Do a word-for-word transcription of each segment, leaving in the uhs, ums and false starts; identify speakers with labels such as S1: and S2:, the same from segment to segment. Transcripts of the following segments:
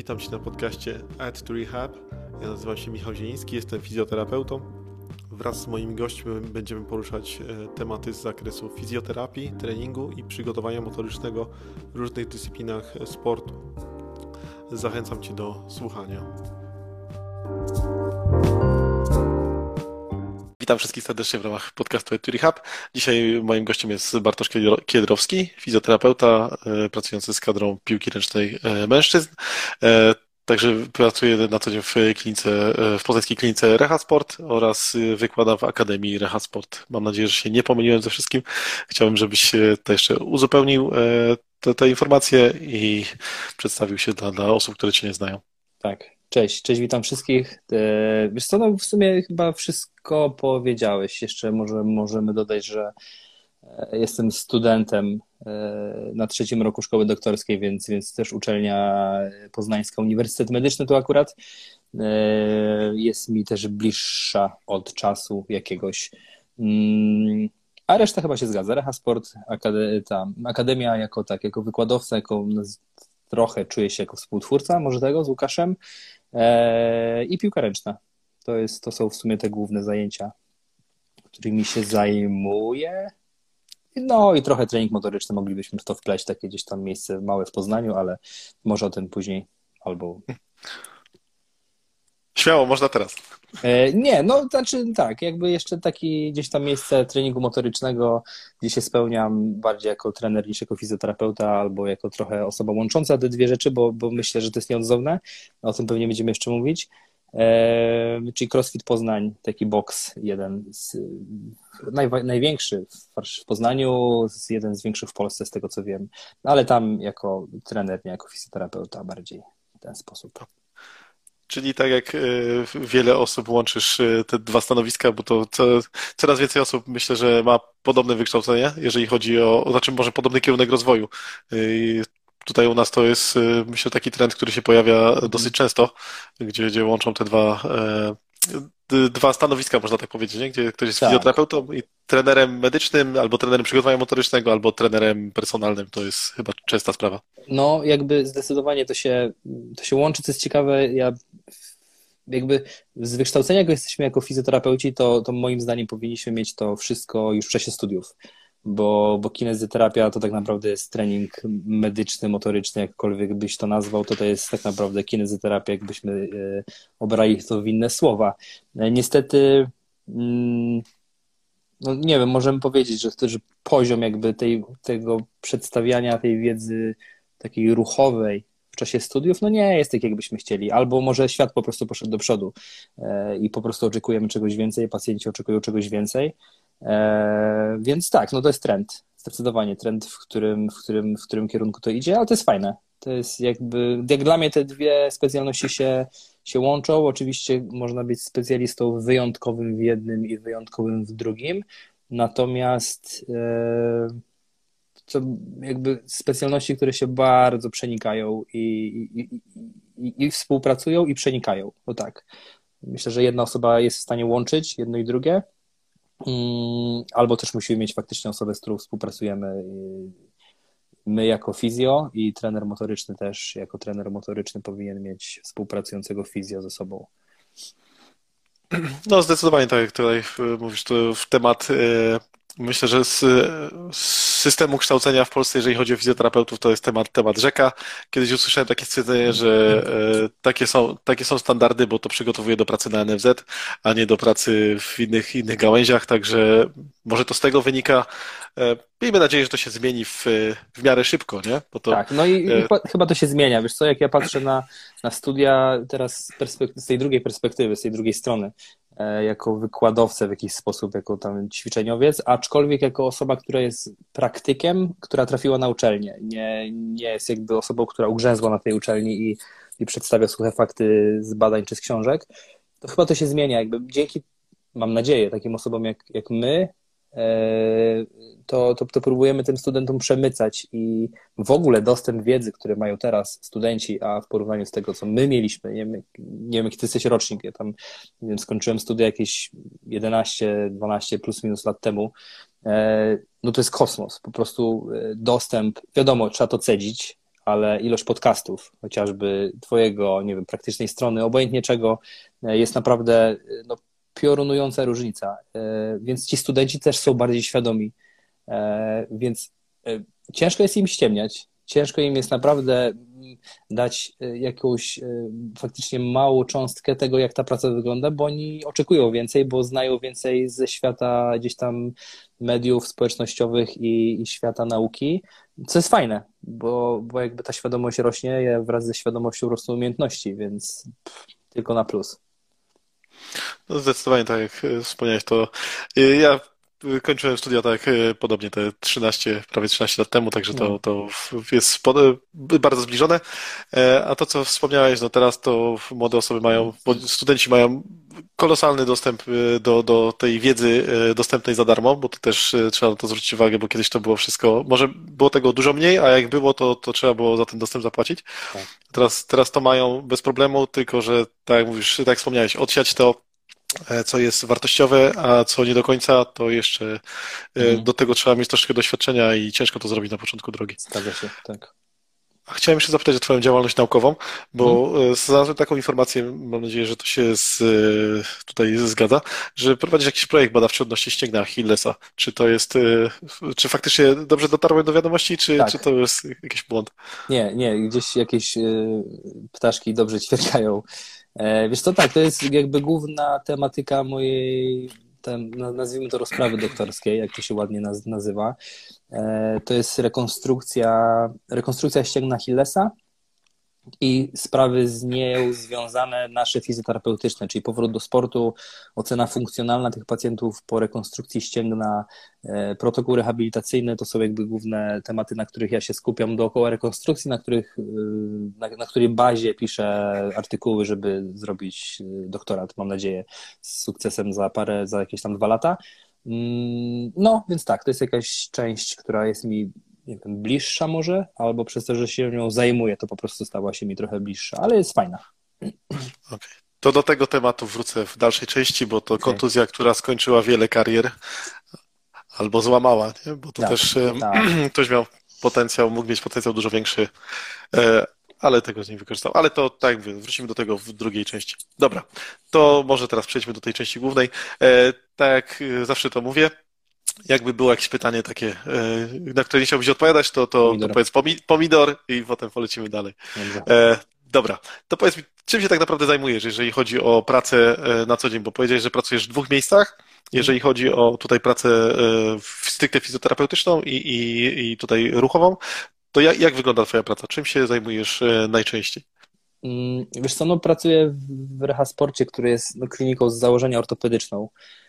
S1: Witam Cię na podcaście Add to Rehab. Ja nazywam się Michał Zieliński, jestem fizjoterapeutą. Wraz z moimi gośćmi będziemy poruszać tematy z zakresu fizjoterapii, treningu i przygotowania motorycznego w różnych dyscyplinach sportu. Zachęcam Cię do słuchania. Witam wszystkich serdecznie w ramach podcastu Add to Rehab. Dzisiaj moim gościem jest Bartosz Kiedrowski, fizjoterapeuta pracujący z kadrą piłki ręcznej mężczyzn. Także pracuję na co dzień w klinice, w poznańskiej klinice Rehasport oraz wykładam w Akademii Rehasport. Mam nadzieję, że się nie pomyliłem ze wszystkim. Chciałbym, żebyś to jeszcze uzupełnił te, te informacje i przedstawił się dla, dla osób, które Cię nie znają.
S2: Tak, cześć, cześć, witam wszystkich. Wiesz co, no w sumie chyba wszystko powiedziałeś. Jeszcze może możemy dodać, że jestem studentem na trzecim roku szkoły doktorskiej, więc, więc też uczelnia poznańska, Uniwersytet Medyczny tu akurat jest mi też bliższa od czasu jakiegoś. A reszta chyba się zgadza. Rehasport, akade, ta, Akademia jako tak, jako wykładowca, jako trochę czuję się jako współtwórca, może tego z Łukaszem, i piłka ręczna. To jest, to są w sumie te główne zajęcia, którymi się zajmuję. No i trochę trening motoryczny, moglibyśmy w to wpleść, takie gdzieś tam miejsce małe w Poznaniu, ale może o tym później albo...
S1: Śmiało, można teraz.
S2: E, nie, no znaczy tak, jakby jeszcze takie gdzieś tam miejsce treningu motorycznego, gdzie się spełniam bardziej jako trener niż jako fizjoterapeuta, albo jako trochę osoba łącząca te dwie rzeczy, bo, bo myślę, że to jest nieodzowne. O tym pewnie będziemy jeszcze mówić. E, czyli CrossFit Poznań, taki boks, jeden z, naj, największy w, w Poznaniu, jeden z większych w Polsce, z tego co wiem, ale tam jako trener, nie jako fizjoterapeuta, bardziej w ten sposób.
S1: Czyli tak jak wiele osób łączysz te dwa stanowiska, bo to co, coraz więcej osób myślę, że ma podobne wykształcenie, jeżeli chodzi o, znaczy może podobny kierunek rozwoju. I tutaj u nas to jest, myślę, taki trend, który się pojawia dosyć często, gdzie, gdzie łączą te dwa, dwa stanowiska, można tak powiedzieć, nie? Gdzie ktoś jest
S2: tak.
S1: fizjoterapeutą i trenerem medycznym, albo trenerem przygotowania motorycznego, albo trenerem personalnym. To jest chyba częsta sprawa.
S2: No, jakby zdecydowanie to się, to się łączy, co jest ciekawe, ja jakby z wykształcenia, jak jesteśmy jako fizjoterapeuci, to, to moim zdaniem powinniśmy mieć to wszystko już w czasie studiów, bo, bo kinezjoterapia to tak naprawdę jest trening medyczny, motoryczny, jakkolwiek byś to nazwał, to to jest tak naprawdę kinezjoterapia, jakbyśmy e, obrali to w inne słowa. E, niestety mm, no nie wiem, możemy powiedzieć, że, że poziom jakby tej, tego przedstawiania tej wiedzy takiej ruchowej w czasie studiów, no nie jest tak, jakbyśmy chcieli. Albo może świat po prostu poszedł do przodu e, i po prostu oczekujemy czegoś więcej, pacjenci oczekują czegoś więcej. E, więc tak, no to jest trend. Zdecydowanie trend, w którym, w którym, w którym kierunku to idzie, ale to jest fajne. To jest jakby, jak dla mnie te dwie specjalności się, się łączą. Oczywiście można być specjalistą wyjątkowym w jednym i wyjątkowym w drugim. Natomiast e, to jakby specjalności, które się bardzo przenikają i, i, i, i współpracują i przenikają. To tak. Myślę, że jedna osoba jest w stanie łączyć jedno i drugie, albo też musimy mieć faktycznie osobę, z którą współpracujemy. My jako fizjo i trener motoryczny też jako trener motoryczny powinien mieć współpracującego fizjo ze sobą.
S1: No zdecydowanie tak jak tutaj mówisz, to w temat myślę, że z, z systemu kształcenia w Polsce, jeżeli chodzi o fizjoterapeutów, to jest temat, temat rzeka. Kiedyś usłyszałem takie stwierdzenie, że takie są, takie są standardy, bo to przygotowuje do pracy na N F Z, a nie do pracy w innych, innych gałęziach, także może to z tego wynika. Miejmy nadzieję, że to się zmieni w, w miarę szybko, nie? Bo to,
S2: tak, no i, i chyba to się zmienia. Wiesz co, jak ja patrzę na, na studia teraz z, perspek- z tej drugiej perspektywy, z tej drugiej strony, jako wykładowcę w jakiś sposób, jako tam ćwiczeniowiec, aczkolwiek jako osoba, która jest praktykiem, która trafiła na uczelnię. Nie, nie jest jakby osobą, która ugrzęzła na tej uczelni i, i przedstawia suche fakty z badań czy z książek. To chyba to się zmienia. Jakby dzięki, mam nadzieję, takim osobom jak, jak my, to, to, to próbujemy tym studentom przemycać i w ogóle dostęp wiedzy, który mają teraz studenci, a w porównaniu z tego, co my mieliśmy, nie wiem, nie wiem jaki ty jesteś rocznik, ja tam nie wiem, skończyłem studia jakieś jedenaście, dwanaście plus minus lat temu, no to jest kosmos, po prostu dostęp, wiadomo, trzeba to cedzić, ale ilość podcastów, chociażby twojego, nie wiem, praktycznej strony, obojętnie czego, jest naprawdę no, piorunująca różnica. Więc ci studenci też są bardziej świadomi. Więc ciężko jest im ściemniać. Ciężko im jest naprawdę dać jakąś faktycznie małą cząstkę tego, jak ta praca wygląda, bo oni oczekują więcej, bo znają więcej ze świata gdzieś tam mediów społecznościowych i, i świata nauki, co jest fajne, bo, bo jakby ta świadomość rośnie, wraz ze świadomością rosną umiejętności, więc pff, tylko na plus.
S1: No zdecydowanie tak jak wspomniałeś, to ja kończyłem studia tak podobnie te trzynaście, prawie trzynaście lat temu, także to,
S2: No,
S1: to jest bardzo zbliżone. A to, co wspomniałeś, no teraz to młode osoby mają, bo studenci mają kolosalny dostęp do, do tej wiedzy dostępnej za darmo, bo to też trzeba na to zwrócić uwagę, bo kiedyś to było wszystko, może było tego dużo mniej, a jak było, to, to trzeba było za ten dostęp zapłacić.
S2: tak.
S1: Teraz, teraz to mają bez problemu, tylko że tak jak mówisz, tak jak wspomniałeś, odsiać to, co jest wartościowe, a co nie do końca, to jeszcze
S2: Mhm.
S1: do tego trzeba mieć troszkę doświadczenia i ciężko to zrobić na początku drogi.
S2: Zgadza się, tak.
S1: A chciałem jeszcze zapytać o Twoją działalność naukową,
S2: Mhm.
S1: bo znalazłem taką informację, mam nadzieję, że to się z, tutaj zgadza, że prowadzisz jakiś projekt badawczy odnośnie ścięgna Achillesa. Czy to jest, czy faktycznie dobrze dotarłem do wiadomości, czy, czy to
S2: Tak.
S1: jest jakiś błąd?
S2: Nie, nie, gdzieś jakieś y, ptaszki dobrze ćwierkają. E, wiesz co, tak, to jest jakby główna tematyka mojej, tam, na- nazwijmy to rozprawy doktorskiej, jak to się ładnie naz nazywa. E, to jest rekonstrukcja, rekonstrukcja ścięgna Achillesa i sprawy z nią związane nasze fizjoterapeutyczne, czyli powrót do sportu, ocena funkcjonalna tych pacjentów po rekonstrukcji ścięgna, e, protokół rehabilitacyjny, to są jakby główne tematy, na których ja się skupiam dookoła rekonstrukcji, na których, y, na, na której bazie piszę artykuły, żeby zrobić y, doktorat, mam nadzieję, z sukcesem za parę, za jakieś tam dwa lata. Mm, No, więc tak, to jest jakaś część, która jest mi nie wiem, bliższa może, albo przez to, że się nią zajmuję, to po prostu stała się mi trochę bliższa, ale jest fajna.
S1: Okej. To do tego tematu wrócę w dalszej części, bo to
S2: Okej.
S1: kontuzja, która skończyła wiele karier, albo złamała, nie? Bo to
S2: Tak,
S1: też e,
S2: tak.
S1: ktoś miał potencjał, mógł mieć potencjał dużo większy, e, ale tego nie wykorzystał. Ale to tak, jak mówię, wrócimy do tego w drugiej części. Dobra, to może teraz przejdźmy do tej części głównej. E, Tak jak e, zawsze to mówię, jakby było jakieś pytanie takie, e, na które nie chciałbyś odpowiadać, to, to, to
S2: Pomidor.
S1: powiedz pomi- pomidor i potem polecimy dalej.
S2: Dobrze.
S1: E, Dobra, to powiedz mi, czym się tak naprawdę zajmujesz, jeżeli chodzi o pracę e, na co dzień, bo powiedziałeś, że pracujesz w dwóch miejscach,
S2: Mhm.
S1: jeżeli chodzi o tutaj pracę e, w- stricte fizjoterapeutyczną i, i, i tutaj ruchową, to jak, jak wygląda Twoja praca? Czym się zajmujesz e, najczęściej?
S2: Mm, Wiesz co, no pracuję w Rehasporcie, który jest no, kliniką z założenia ortopedyczną,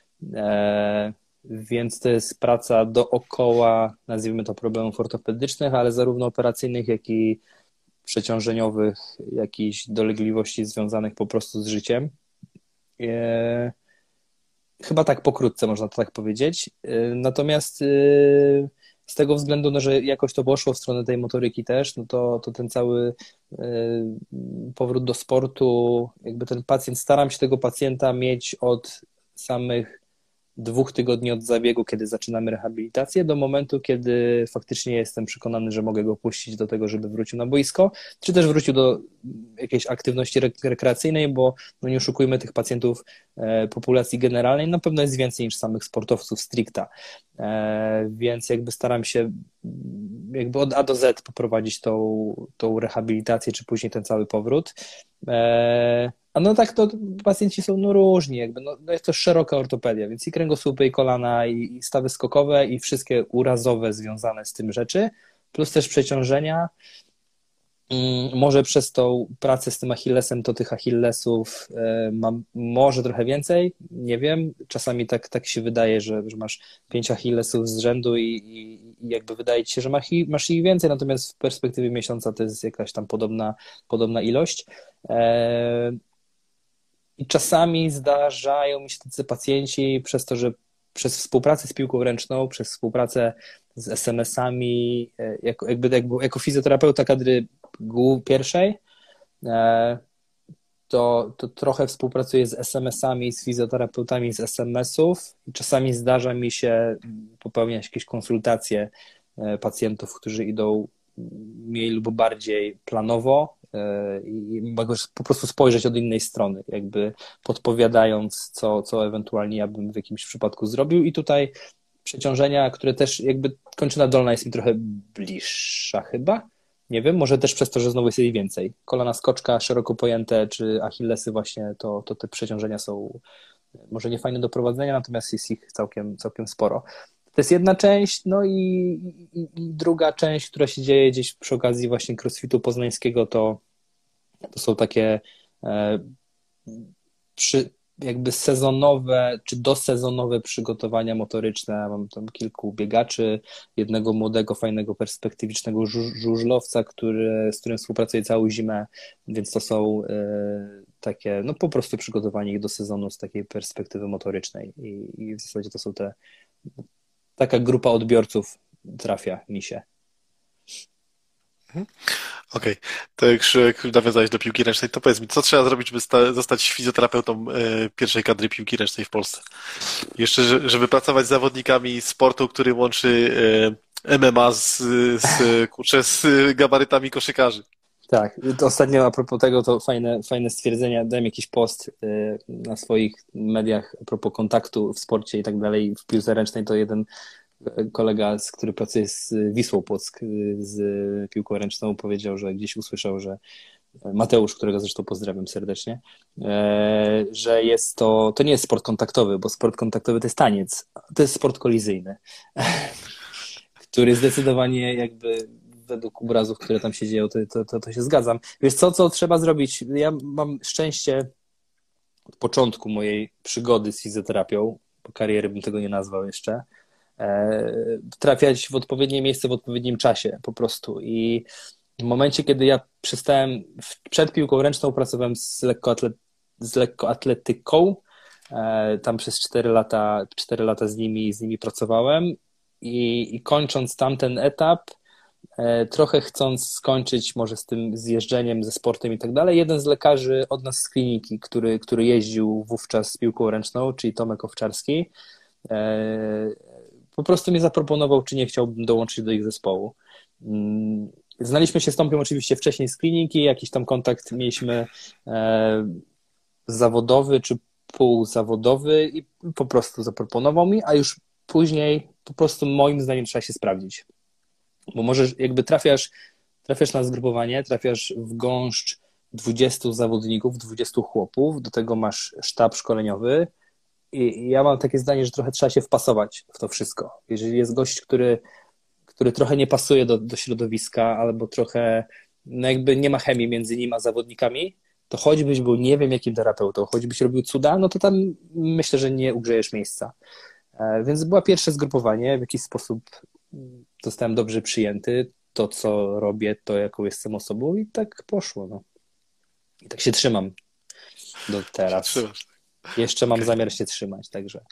S2: e, więc to jest praca dookoła, nazwijmy to, problemów ortopedycznych, ale zarówno operacyjnych, jak i przeciążeniowych, jakichś dolegliwości związanych po prostu z życiem. E, Chyba tak pokrótce można to tak powiedzieć. Y, Natomiast y, z tego względu, no, że jakoś to poszło w stronę tej motoryki też, no to, to ten cały y, powrót do sportu, jakby ten pacjent, staram się tego pacjenta mieć od samych dwóch tygodni od zabiegu, kiedy zaczynamy rehabilitację, do momentu, kiedy faktycznie jestem przekonany, że mogę go puścić do tego, żeby wrócił na boisko, czy też wrócił do jakiejś aktywności rek- rekreacyjnej, bo no nie oszukujmy tych pacjentów e, populacji generalnej, na pewno jest więcej niż samych sportowców stricta, e, więc jakby staram się mm, jakby od A do Z poprowadzić tą, tą rehabilitację, czy później ten cały powrót. E, a no tak to pacjenci są no różni, jakby no, no jest to szeroka ortopedia, więc i kręgosłupy, i kolana, i, i stawy skokowe, i wszystkie urazowe związane z tym rzeczy, plus też przeciążenia. Mm, Może przez tą pracę z tym Achillesem, to tych Achillesów e, mam może trochę więcej, nie wiem. Czasami tak, tak się wydaje, że, że masz pięć Achillesów z rzędu i, i, i jakby wydaje ci się, że masz, i- masz ich więcej, natomiast w perspektywie miesiąca to jest jakaś tam podobna, podobna ilość. E, I czasami zdarzają mi się tacy pacjenci przez to, że przez współpracę z piłką ręczną, przez współpracę z es em esami, e, jako, jakby, jakby, jako fizjoterapeuta kadry głów- pierwszej, e, to, to trochę współpracuję z es em esami, z fizjoterapeutami z es em esów i czasami zdarza mi się popełniać jakieś konsultacje e, pacjentów, którzy idą mniej lub bardziej planowo i mogę po prostu spojrzeć od innej strony, jakby podpowiadając, co, co ewentualnie ja bym w jakimś przypadku zrobił. I tutaj przeciążenia, które też jakby kończyna dolna jest mi trochę bliższa chyba. Nie wiem, może też przez to, że znowu jest jej więcej. Kolana skoczka, szeroko pojęte, czy achillesy właśnie, to, to te przeciążenia są może nie fajne do prowadzenia, natomiast jest ich całkiem, całkiem sporo. To jest jedna część, no i, i, i druga część, która się dzieje gdzieś przy okazji właśnie crossfitu poznańskiego, to, to są takie e, przy, jakby sezonowe czy dosezonowe przygotowania motoryczne. Mam tam kilku biegaczy, jednego młodego, fajnego, perspektywicznego żu- żużlowca, który, z którym współpracuję całą zimę, więc to są e, takie, no po prostu przygotowanie ich do sezonu z takiej perspektywy motorycznej i, i w zasadzie to są te, taka grupa odbiorców trafia mi się.
S1: Mhm. Okej, to jak jak nawiązałeś do piłki ręcznej, to powiedz mi, co trzeba zrobić, żeby sta- zostać fizjoterapeutą e, pierwszej kadry piłki ręcznej w Polsce? Jeszcze, że- żeby pracować z zawodnikami sportu, który łączy e, M M A z, z, kurczę, z gabarytami koszykarzy.
S2: Tak, to ostatnio a propos tego, to fajne, fajne stwierdzenia. Dałem jakiś post y, na swoich mediach a propos kontaktu w sporcie i tak dalej. W piłce ręcznej to jeden kolega, z który pracuje z Wisłą Płock, y, z piłką ręczną, powiedział, że gdzieś usłyszał, że Mateusz, którego zresztą pozdrawiam serdecznie, e, że jest to, to nie jest sport kontaktowy, bo sport kontaktowy to jest taniec, to jest sport kolizyjny, który zdecydowanie jakby według obrazów, które tam się dzieją, to, to, to, to się zgadzam. Wiesz co, co trzeba zrobić? Ja mam szczęście od początku mojej przygody z fizjoterapią, bo kariery bym tego nie nazwał jeszcze, e, trafiać w odpowiednie miejsce w odpowiednim czasie po prostu. I w momencie, kiedy ja przestałem, przed piłką ręczną pracowałem z, lekkoatlet, z lekkoatletyką, e, tam przez cztery lata, cztery lata z nimi, z nimi pracowałem i, i kończąc tamten etap, trochę chcąc skończyć może z tym zjeżdżeniem, ze sportem i tak dalej, jeden z lekarzy od nas z kliniki, który, który jeździł wówczas z piłką ręczną, czyli Tomek Owczarski, po prostu mnie zaproponował, czy nie chciałbym dołączyć do ich zespołu. Znaliśmy się z Tomkiem oczywiście wcześniej z kliniki, jakiś tam kontakt mieliśmy zawodowy czy półzawodowy i po prostu zaproponował mi, a już później po prostu moim zdaniem trzeba się sprawdzić. Bo możesz, jakby trafiasz, trafiasz na zgrupowanie, trafiasz w gąszcz dwudziestu zawodników, dwudziestu chłopów, do tego masz sztab szkoleniowy i ja mam takie zdanie, że trochę trzeba się wpasować w to wszystko. Jeżeli jest gość, który, który trochę nie pasuje do, do środowiska albo trochę, no jakby nie ma chemii między nim a zawodnikami, to choćbyś był nie wiem jakim terapeutą, choćbyś robił cuda, no to tam myślę, że nie ugrzejesz miejsca. Więc było pierwsze zgrupowanie, w jakiś sposób zostałem dobrze przyjęty, to co robię, to jaką jestem osobą i tak poszło. No. I tak się trzymam do teraz.
S1: Trzymasz.
S2: Jeszcze mam
S1: Okej.
S2: zamiar się trzymać, także.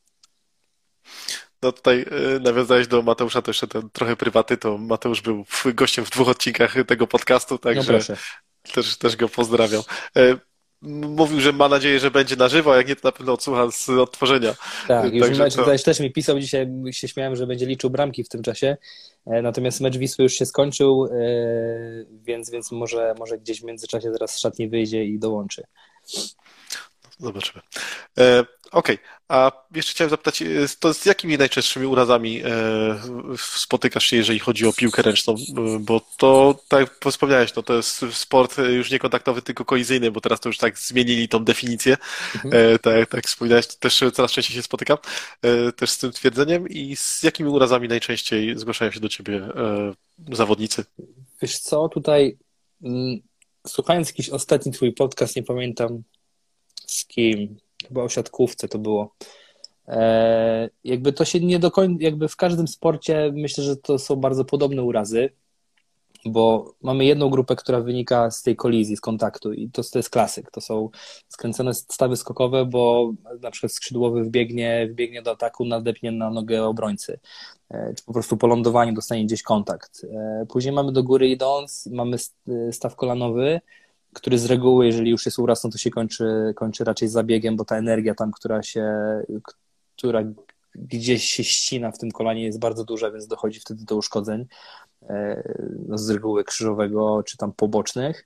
S1: No tutaj y, nawiązałeś do Mateusza, to jeszcze ten trochę prywaty, to Mateusz był w- gościem w dwóch odcinkach tego podcastu,
S2: No
S1: także
S2: proszę.
S1: też, też go pozdrawiam. E, Mówił, że ma nadzieję, że będzie na żywo, a jak nie, to na pewno odsłucha z odtworzenia.
S2: Tak, już
S1: Także
S2: mecz
S1: to,
S2: też, też mi pisał dzisiaj, się śmiałem, że będzie liczył bramki w tym czasie, e, natomiast mecz Wisły już się skończył, e, więc, więc może, może gdzieś w międzyczasie zaraz z szatni wyjdzie i dołączy.
S1: zobaczymy. E, Okej, a jeszcze chciałem zapytać, e, to z jakimi najczęstszymi urazami e, spotykasz się, jeżeli chodzi o piłkę ręczną? E, Bo to, tak jak wspomniałeś, no to jest sport e, już nie kontaktowy, tylko kolizyjny, bo teraz to już tak zmienili tą definicję.
S2: Mhm.
S1: E, Tak jak tak wspominałeś, to też coraz częściej się spotykam e, też z tym twierdzeniem. I z jakimi urazami najczęściej zgłaszają się do ciebie e, zawodnicy?
S2: Wiesz co, tutaj mm, słuchając jakiś ostatni twój podcast, nie pamiętam z kim, chyba o siatkówce to było. E, jakby to się nie do końca, jakby w każdym sporcie myślę, że to są bardzo podobne urazy, bo mamy jedną grupę, która wynika z tej kolizji, z kontaktu i to, to jest klasyk. To są skręcone stawy skokowe, bo na przykład skrzydłowy wbiegnie, wbiegnie do ataku, nadepnie na nogę obrońcy, e, czy po prostu po lądowaniu dostanie gdzieś kontakt. E, później mamy do góry idąc, mamy staw kolanowy, który z reguły, jeżeli już jest uraz, no to się kończy, kończy raczej zabiegiem, bo ta energia tam, która się, która gdzieś się ścina w tym kolanie, jest bardzo duża, więc dochodzi wtedy do uszkodzeń, no, z reguły krzyżowego czy tam pobocznych.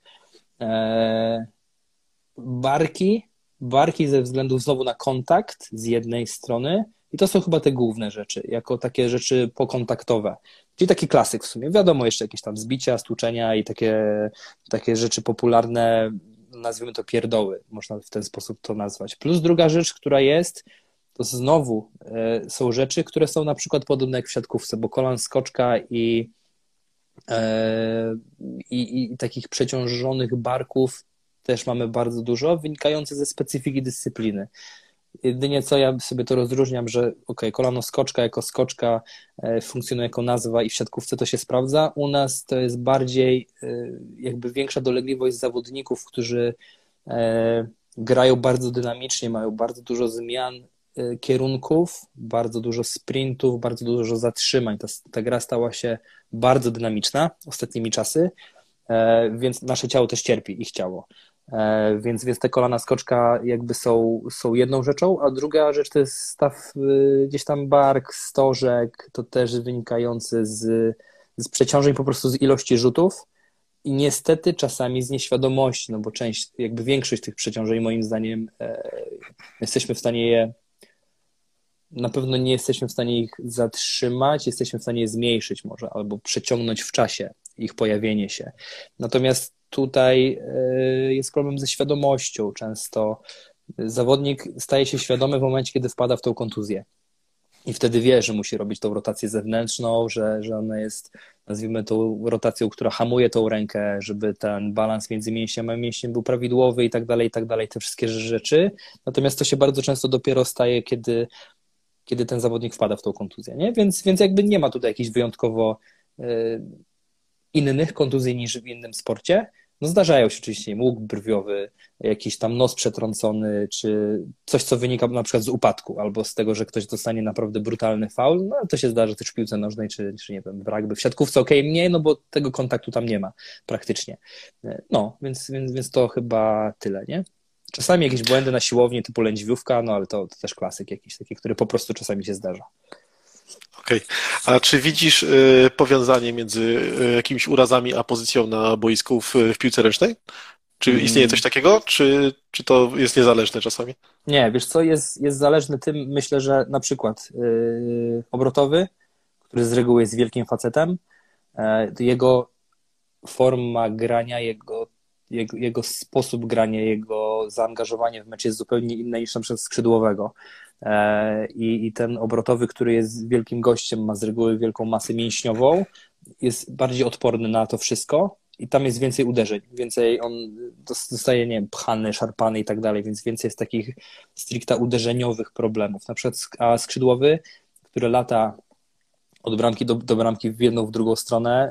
S2: Barki, barki ze względu znowu na kontakt z jednej strony i to są chyba te główne rzeczy, jako takie rzeczy pokontaktowe. Czyli taki klasyk w sumie. Wiadomo, jeszcze jakieś tam zbicia, stłuczenia i takie, takie rzeczy popularne, nazwijmy to pierdoły, można w ten sposób to nazwać. Plus druga rzecz, która jest, to znowu e, są rzeczy, które są na przykład podobne jak w siatkówce, bo kolan skoczka i, e, i, i takich przeciążonych barków też mamy bardzo dużo, wynikające ze specyfiki dyscypliny. Jedynie co ja sobie to rozróżniam, że ok, kolano skoczka jako skoczka e, funkcjonuje jako nazwa i w siatkówce to się sprawdza. U nas to jest bardziej e, jakby większa dolegliwość zawodników, którzy e, grają bardzo dynamicznie, mają bardzo dużo zmian e, kierunków, bardzo dużo sprintów, bardzo dużo zatrzymań. Ta, ta gra stała się bardzo dynamiczna ostatnimi czasy, e, więc nasze ciało też cierpi, ich ciało. Więc, więc te kolana skoczka jakby są, są jedną rzeczą, a druga rzecz to jest staw gdzieś tam bark, stożek, to też wynikający z, z przeciążeń po prostu z ilości rzutów i niestety czasami z nieświadomości, no bo część, jakby większość tych przeciążeń moim zdaniem e, jesteśmy w stanie je, na pewno nie jesteśmy w stanie ich zatrzymać, jesteśmy w stanie je zmniejszyć może, albo przeciągnąć w czasie ich pojawienie się. Natomiast tutaj jest problem ze świadomością. Często zawodnik staje się świadomy w momencie, kiedy wpada w tą kontuzję. I wtedy wie, że musi robić tą rotację zewnętrzną, że, że ona jest, nazwijmy tą rotacją, która hamuje tą rękę, żeby ten balans między mięśniem a mięśniem był prawidłowy i tak dalej, i tak dalej, te wszystkie rzeczy. Natomiast to się bardzo często dopiero staje, kiedy, kiedy ten zawodnik wpada w tą kontuzję, nie? Więc, więc jakby nie ma tutaj jakichś wyjątkowo y, innych kontuzji niż w innym sporcie. No zdarzają się oczywiście łuk brwiowy, jakiś tam nos przetrącony, czy coś, co wynika na przykład z upadku, albo z tego, że ktoś dostanie naprawdę brutalny faul. No to się zdarza też w piłce nożnej, czy, czy nie wiem, w rugby. W siatkówce okej, okay, mniej, no bo tego kontaktu tam nie ma praktycznie. No, więc, więc, więc to chyba tyle, nie? Czasami jakieś błędy na siłowni typu lędźwiówka, no ale to, to też klasyk jakiś taki, który po prostu czasami się zdarza.
S1: Okej. Okay. A czy widzisz y, powiązanie między y, jakimiś urazami a pozycją na boisku w, w piłce ręcznej? Czy
S2: Mm.
S1: istnieje coś takiego, czy, czy to jest niezależne czasami?
S2: Nie, wiesz co, jest, jest zależny tym, myślę, że na przykład yy, obrotowy, który z reguły jest wielkim facetem, yy, jego forma grania, jego, jego, jego sposób grania, jego zaangażowanie w mecz jest zupełnie inne niż na przykład skrzydłowego. I, I ten obrotowy, który jest wielkim gościem, ma z reguły wielką masę mięśniową, jest bardziej odporny na to wszystko i tam jest więcej uderzeń, więcej on dostaje, nie wiem, pchany, szarpany i tak dalej, więc więcej jest takich stricte uderzeniowych problemów. Na przykład a skrzydłowy, który lata od bramki do, do bramki w jedną, w drugą stronę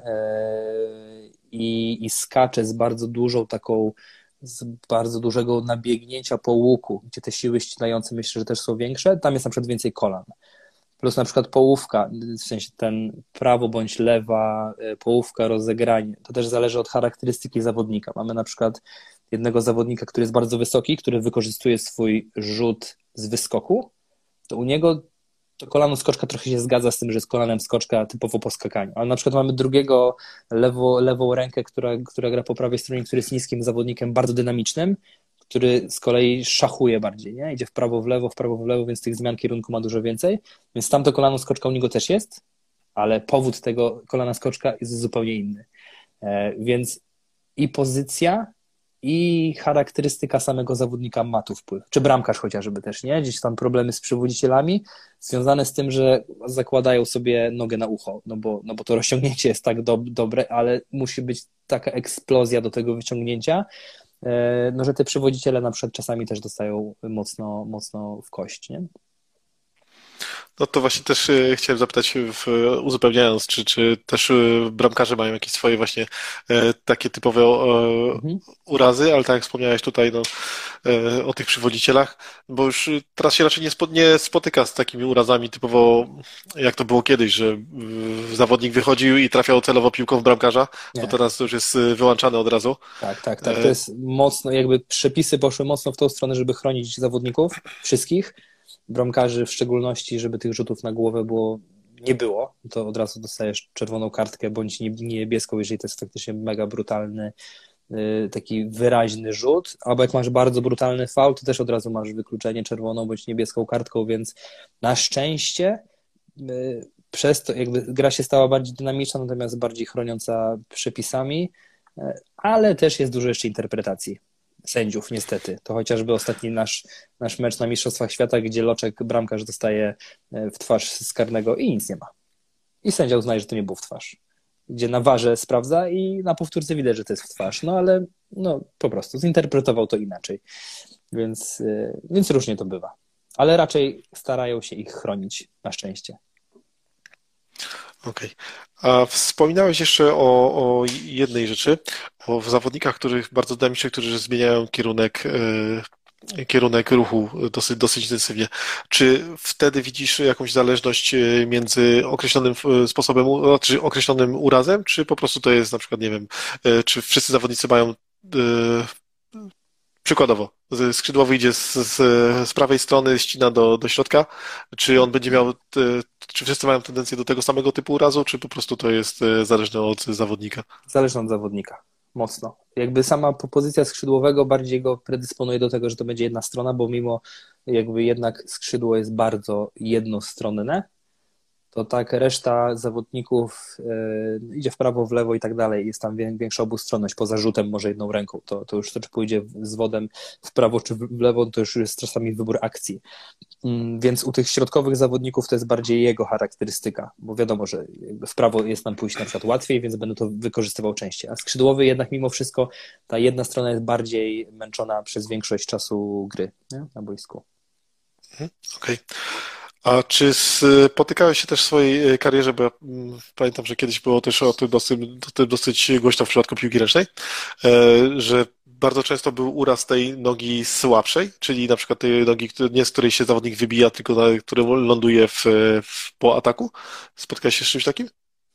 S2: yy, i, i skacze z bardzo dużą taką z bardzo dużego nabiegnięcia po łuku, gdzie te siły ścinające myślę, że też są większe, tam jest na przykład więcej kolan. Plus na przykład połówka, w sensie ten prawo bądź lewa połówka, rozegranie, to też zależy od charakterystyki zawodnika. Mamy na przykład jednego zawodnika, który jest bardzo wysoki, który wykorzystuje swój rzut z wyskoku, to u niego to kolano skoczka trochę się zgadza z tym, że jest kolanem skoczka typowo po skakaniu. Ale na przykład mamy drugiego lewo, lewą rękę, która, która gra po prawej stronie, który jest niskim zawodnikiem, bardzo dynamicznym, który z kolei szachuje bardziej, nie? Idzie w prawo, w lewo, w prawo, w lewo, więc tych zmian kierunku ma dużo więcej. Więc tamto kolano skoczka u niego też jest, ale powód tego kolana skoczka jest zupełnie inny. E, więc i pozycja, i charakterystyka samego zawodnika ma tu wpływ. Czy bramkarz chociażby też, nie? Gdzieś tam problemy z przywodzicielami związane z tym, że zakładają sobie nogę na ucho, no bo, no bo to rozciągnięcie jest tak do, dobre, ale musi być taka eksplozja do tego wyciągnięcia, no że te przywodziciele na przykład czasami też dostają mocno, mocno w kość, nie?
S1: No to właśnie też e, chciałem zapytać, w, uzupełniając, czy, czy też e, bramkarze mają jakieś swoje właśnie e, takie typowe e,
S2: Mhm.
S1: urazy, ale tak jak wspomniałeś tutaj no, e, o tych przywodzicielach, bo już teraz się raczej nie, spo, nie spotyka z takimi urazami typowo, jak to było kiedyś, że e, zawodnik wychodził i trafiał celowo piłką w bramkarza,
S2: Nie.
S1: to teraz to już jest wyłączane od razu.
S2: Tak, tak, tak. To jest mocno, jakby przepisy poszły mocno w tą stronę, żeby chronić zawodników, wszystkich. bramkarzy w szczególności, żeby tych rzutów na głowę było nie było, to od razu dostajesz czerwoną kartkę bądź niebieską, jeżeli to jest faktycznie mega brutalny, taki wyraźny rzut, albo jak masz bardzo brutalny faul, to też od razu masz wykluczenie czerwoną bądź niebieską kartką, więc na szczęście przez to jakby gra się stała bardziej dynamiczna, natomiast bardziej chroniąca przepisami, ale też jest dużo jeszcze interpretacji sędziów, niestety. To chociażby ostatni nasz, nasz mecz na Mistrzostwach Świata, gdzie Loczek, bramkarz, dostaje w twarz z karnego i nic nie ma. I sędzia uznaje, że to nie było w twarz. Gdzie na warze sprawdza i na powtórce widać, że to jest w twarz. No ale no, po prostu zinterpretował to inaczej. Więc, więc różnie to bywa. Ale raczej starają się ich chronić, na szczęście.
S1: Okej. A wspominałeś jeszcze o, o jednej rzeczy, o zawodnikach, których bardzo dynamicznych, którzy zmieniają kierunek, e, kierunek ruchu dosyć, dosyć intensywnie. Czy wtedy widzisz jakąś zależność między określonym sposobem, czy określonym urazem, czy po prostu to jest na przykład, nie wiem, e, czy wszyscy zawodnicy mają e, przykładowo, skrzydłowy idzie z, z, z prawej strony, ścina do, do środka, czy on będzie miał, czy wszyscy mają tendencję do tego samego typu urazu, czy po prostu to jest zależne od zawodnika?
S2: Zależne od zawodnika, mocno. Jakby sama pozycja skrzydłowego bardziej go predysponuje do tego, że to będzie jedna strona, bo mimo jakby jednak skrzydło jest bardzo jednostronne, to tak reszta zawodników y, idzie w prawo, w lewo i tak dalej. Jest tam większa obustronność. Poza rzutem może jedną ręką. To, to już to, czy pójdzie z wodem w prawo czy w lewo, to już jest czasami wybór akcji. Mm, więc u tych środkowych zawodników to jest bardziej jego charakterystyka, bo wiadomo, że w prawo jest nam pójść na przykład łatwiej, więc będę to wykorzystywał częściej. A skrzydłowy jednak mimo wszystko ta jedna strona jest bardziej męczona przez większość czasu gry, nie? Na boisku.
S1: Mhm, okej. A czy spotykałeś się też w swojej karierze, bo ja pamiętam, że kiedyś było też o tym dosyć, dosyć głośno w przypadku piłki ręcznej, że bardzo często był uraz tej nogi słabszej, czyli na przykład tej nogi, nie z której się zawodnik wybija, tylko na której ląduje w, w, po ataku? Spotkałeś się z czymś takim?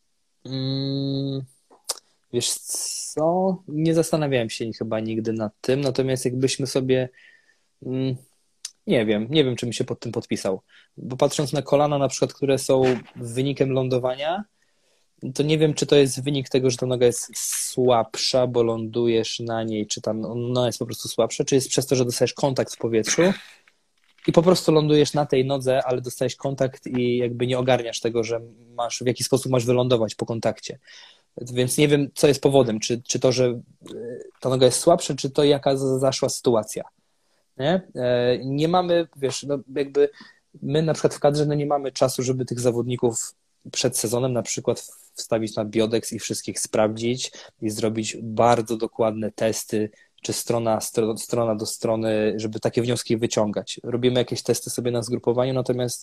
S2: Mm, wiesz co? Nie zastanawiałem się chyba nigdy nad tym, natomiast jakbyśmy sobie... Mm, Nie wiem, nie wiem, czy bym się pod tym podpisał. Bo patrząc na kolana na przykład, które są wynikiem lądowania, to nie wiem, czy to jest wynik tego, że ta noga jest słabsza, bo lądujesz na niej, czy tam ona jest po prostu słabsza, czy jest przez to, że dostajesz kontakt w powietrzu i po prostu lądujesz na tej nodze, ale dostajesz kontakt i jakby nie ogarniasz tego, że masz, w jaki sposób masz wylądować po kontakcie. Więc nie wiem, co jest powodem, czy, czy to, że ta noga jest słabsza, czy to jaka zaszła sytuacja. Nie? Nie mamy, wiesz, no jakby my na przykład w kadrze no nie mamy czasu, żeby tych zawodników przed sezonem na przykład wstawić na biodex i wszystkich sprawdzić i zrobić bardzo dokładne testy, czy strona, stro, strona do strony, żeby takie wnioski wyciągać. Robimy jakieś testy sobie na zgrupowaniu, natomiast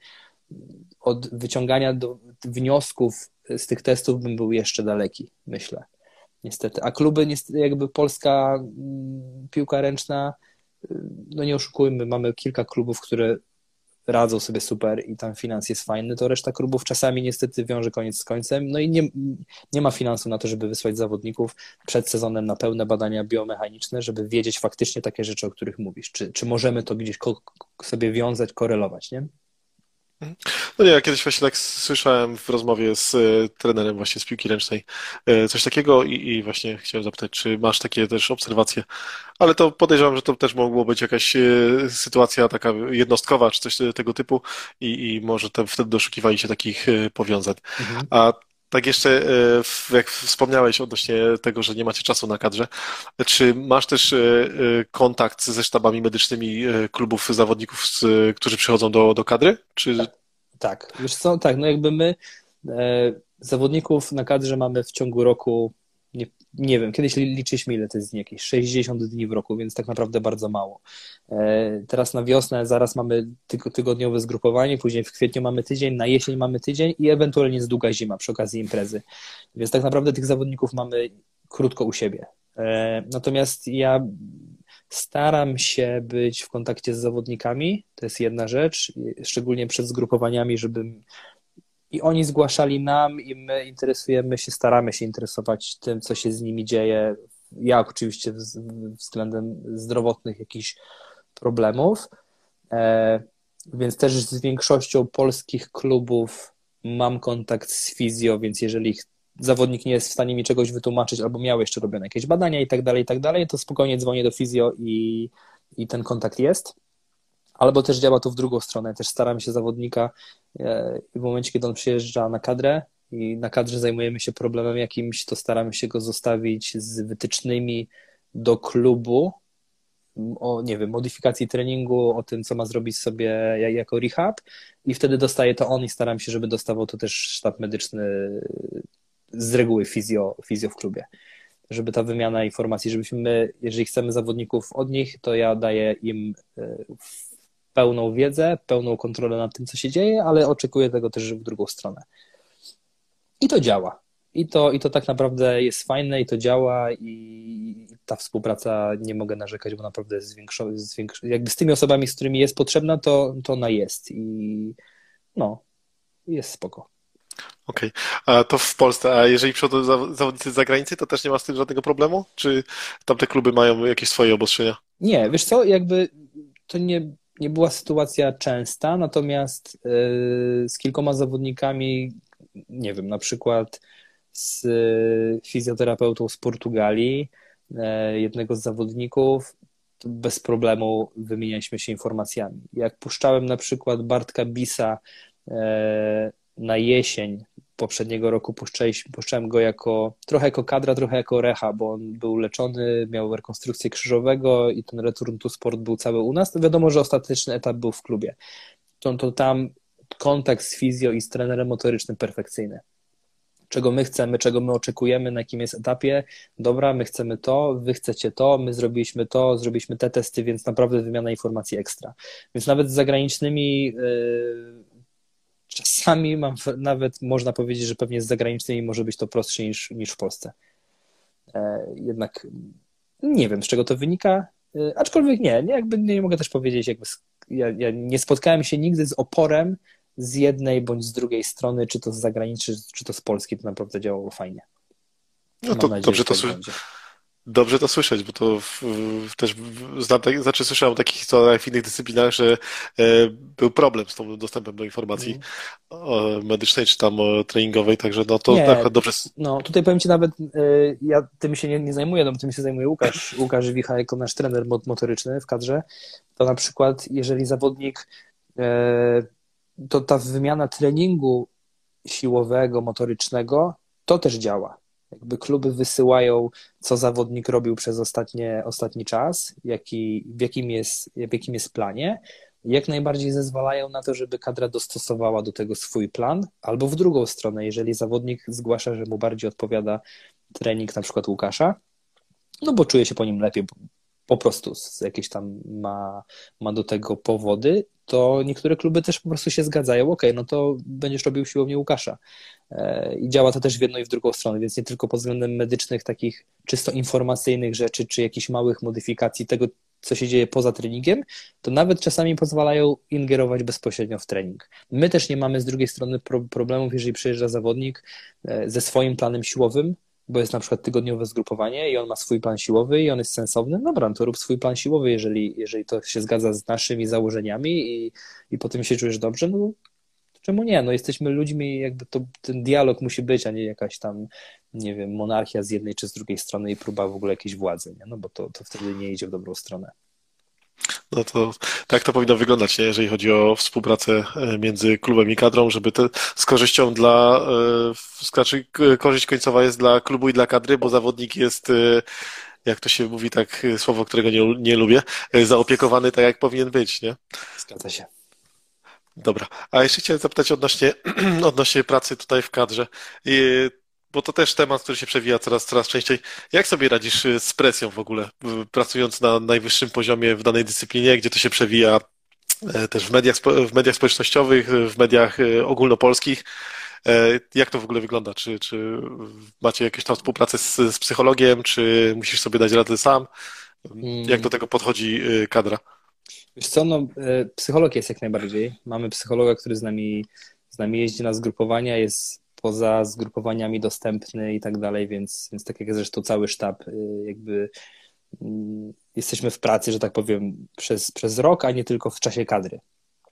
S2: od wyciągania do wniosków z tych testów bym był jeszcze daleki, myślę, niestety. A kluby, jakby polska piłka ręczna, no nie oszukujmy, mamy kilka klubów, które radzą sobie super i tam finans jest fajny, to reszta klubów czasami niestety wiąże koniec z końcem, no i nie, nie ma finansu na to, żeby wysłać zawodników przed sezonem na pełne badania biomechaniczne, żeby wiedzieć faktycznie takie rzeczy, o których mówisz. Czy, czy możemy to gdzieś ko- sobie wiązać, korelować, nie?
S1: No nie, ja kiedyś właśnie tak słyszałem w rozmowie z e, trenerem właśnie z piłki ręcznej e, coś takiego i, i właśnie chciałem zapytać, czy masz takie też obserwacje, ale to podejrzewam, że to też mogło być jakaś e, sytuacja taka jednostkowa, czy coś tego typu i, i może tam wtedy doszukiwali się takich e, powiązań.
S2: Mhm.
S1: A tak jeszcze, e, w- jak wspomniałeś odnośnie tego, że nie macie czasu na kadrze, czy masz też e, e, kontakt ze sztabami medycznymi e, klubów zawodników, z, którzy przychodzą do, do kadry? Czy
S2: Tak, wiesz co, tak, no jakby my e, zawodników na kadrze mamy w ciągu roku, nie, nie wiem, kiedyś li- liczyliśmy ile to jest dni, jakieś sześćdziesiąt dni w roku, więc tak naprawdę bardzo mało. E, teraz na wiosnę zaraz mamy tyg- tygodniowe zgrupowanie, później w kwietniu mamy tydzień, na jesień mamy tydzień i ewentualnie jest długa zima przy okazji imprezy, więc tak naprawdę tych zawodników mamy krótko u siebie. E, natomiast ja staram się być w kontakcie z zawodnikami, to jest jedna rzecz, szczególnie przed zgrupowaniami, żeby i oni zgłaszali nam i my interesujemy się, staramy się interesować tym, co się z nimi dzieje, jak oczywiście względem zdrowotnych jakichś problemów. więc też z większością polskich klubów mam kontakt z fizjo, więc jeżeli zawodnik nie jest w stanie mi czegoś wytłumaczyć albo miał jeszcze robione jakieś badania i tak dalej, i tak dalej, to spokojnie dzwonię do fizjo i, i ten kontakt jest. Albo też działa to w drugą stronę. Też staram się zawodnika w momencie, kiedy on przyjeżdża na kadrę i na kadrze zajmujemy się problemem jakimś, to staramy się go zostawić z wytycznymi do klubu o, nie wiem, modyfikacji treningu, o tym, co ma zrobić sobie jako rehab i wtedy dostaje to on i staram się, żeby dostawał to też sztab medyczny, z reguły fizjo, fizjo w klubie. Żeby ta wymiana informacji, żebyśmy my, jeżeli chcemy zawodników od nich, to ja daję im pełną wiedzę, pełną kontrolę nad tym, co się dzieje, ale oczekuję tego też w drugą stronę. I to działa. I to, i to tak naprawdę jest fajne i to działa i ta współpraca, nie mogę narzekać, bo naprawdę jest większo, jest większo, jakby z tymi osobami, z którymi jest potrzebna, to, to ona jest i no, jest spoko.
S1: Okej, okay. A to w Polsce, a jeżeli przychodzą zawodnicy z zagranicy, to też nie ma z tym żadnego problemu? Czy tamte kluby mają jakieś swoje obostrzenia?
S2: Nie, wiesz co, jakby to nie, nie była sytuacja częsta, natomiast yy, z kilkoma zawodnikami, nie wiem, na przykład z fizjoterapeutą z Portugalii, yy, jednego z zawodników, bez problemu wymienialiśmy się informacjami. Jak puszczałem na przykład Bartka Bisa yy, na jesień poprzedniego roku, puszczałem go jako trochę jako kadra, trochę jako reha, bo on był leczony, miał rekonstrukcję krzyżowego i ten return to sport był cały u nas. To wiadomo, że ostateczny etap był w klubie. To, to tam kontakt z fizjo i z trenerem motorycznym perfekcyjny. Czego my chcemy, czego my oczekujemy, na jakim jest etapie. Dobra, my chcemy to, wy chcecie to, my zrobiliśmy to, zrobiliśmy te testy, więc naprawdę wymiana informacji ekstra. Więc nawet z zagranicznymi yy, czasami mam, nawet można powiedzieć, że pewnie z zagranicznymi może być to prostsze niż, niż w Polsce. E, jednak nie wiem, z czego to wynika, e, aczkolwiek nie, nie, jakby nie mogę też powiedzieć, jakby ja, ja nie spotkałem się nigdy z oporem z jednej bądź z drugiej strony, czy to z zagranicy, czy to z Polski, to naprawdę działało fajnie.
S1: No to nadzieję, dobrze to słyszę. Dobrze to słyszeć, bo to w, w, też znam, tak, znaczy słyszałem o takich historiach w innych dyscyplinach, że e, był problem z tą dostępem do informacji mm. medycznej czy tam treningowej, także no to
S2: nie,
S1: dobrze.
S2: No tutaj powiem Ci nawet, e, ja tym się nie, nie zajmuję, no, tym się zajmuje Łukasz, Łukasz Wicha jako nasz trener motoryczny w kadrze, to na przykład jeżeli zawodnik, e, to ta wymiana treningu siłowego, motorycznego, to też działa. Jakby kluby wysyłają, co zawodnik robił przez ostatnie, ostatni czas, jaki, w, jakim jest, w jakim jest planie. Jak najbardziej zezwalają na to, żeby kadra dostosowała do tego swój plan, albo w drugą stronę, jeżeli zawodnik zgłasza, że mu bardziej odpowiada trening na przykład Łukasza, no bo czuje się po nim lepiej, po prostu jakieś tam ma, ma do tego powody, to niektóre kluby też po prostu się zgadzają, ok, no to będziesz robił siłownię Łukasza. I działa to też w jedną i w drugą stronę, więc nie tylko pod względem medycznych, takich czysto informacyjnych rzeczy, czy jakichś małych modyfikacji tego, co się dzieje poza treningiem, to nawet czasami pozwalają ingerować bezpośrednio w trening. My też nie mamy z drugiej strony pro- problemów, jeżeli przyjeżdża zawodnik ze swoim planem siłowym, bo jest na przykład tygodniowe zgrupowanie i on ma swój plan siłowy i on jest sensowny, dobra, no to rób swój plan siłowy, jeżeli, jeżeli to się zgadza z naszymi założeniami i, i potem się czujesz dobrze, no czemu nie? No jesteśmy ludźmi, jakby to, ten dialog musi być, a nie jakaś tam, nie wiem, monarchia z jednej czy z drugiej strony i próba w ogóle jakiejś władzy, nie? No bo to, to wtedy nie idzie w dobrą stronę.
S1: No to tak to powinno wyglądać, nie? Jeżeli chodzi o współpracę między klubem i kadrą, żeby to z korzyścią dla, znaczy korzyść końcowa jest dla klubu i dla kadry, bo zawodnik jest, jak to się mówi, tak słowo, którego nie, nie lubię, zaopiekowany tak, jak powinien być, nie?
S2: Zgadza się.
S1: Dobra, a jeszcze chciałem zapytać odnośnie, odnośnie pracy tutaj w kadrze, I, bo to też temat, który się przewija coraz, coraz częściej. Jak sobie radzisz z presją w ogóle, pracując na najwyższym poziomie w danej dyscyplinie, gdzie to się przewija też w mediach, w mediach społecznościowych, w mediach ogólnopolskich? Jak to w ogóle wygląda? Czy, czy macie jakąś tam współpracę z, z psychologiem, czy musisz sobie dać radę sam? Jak do tego podchodzi kadra?
S2: Wiesz co, no, psycholog jest jak najbardziej. Mamy psychologa, który z nami, z nami jeździ na zgrupowania, jest poza zgrupowaniami dostępny i tak dalej, więc, więc tak jak zresztą cały sztab, jakby jesteśmy w pracy, że tak powiem, przez, przez rok, a nie tylko w czasie kadry.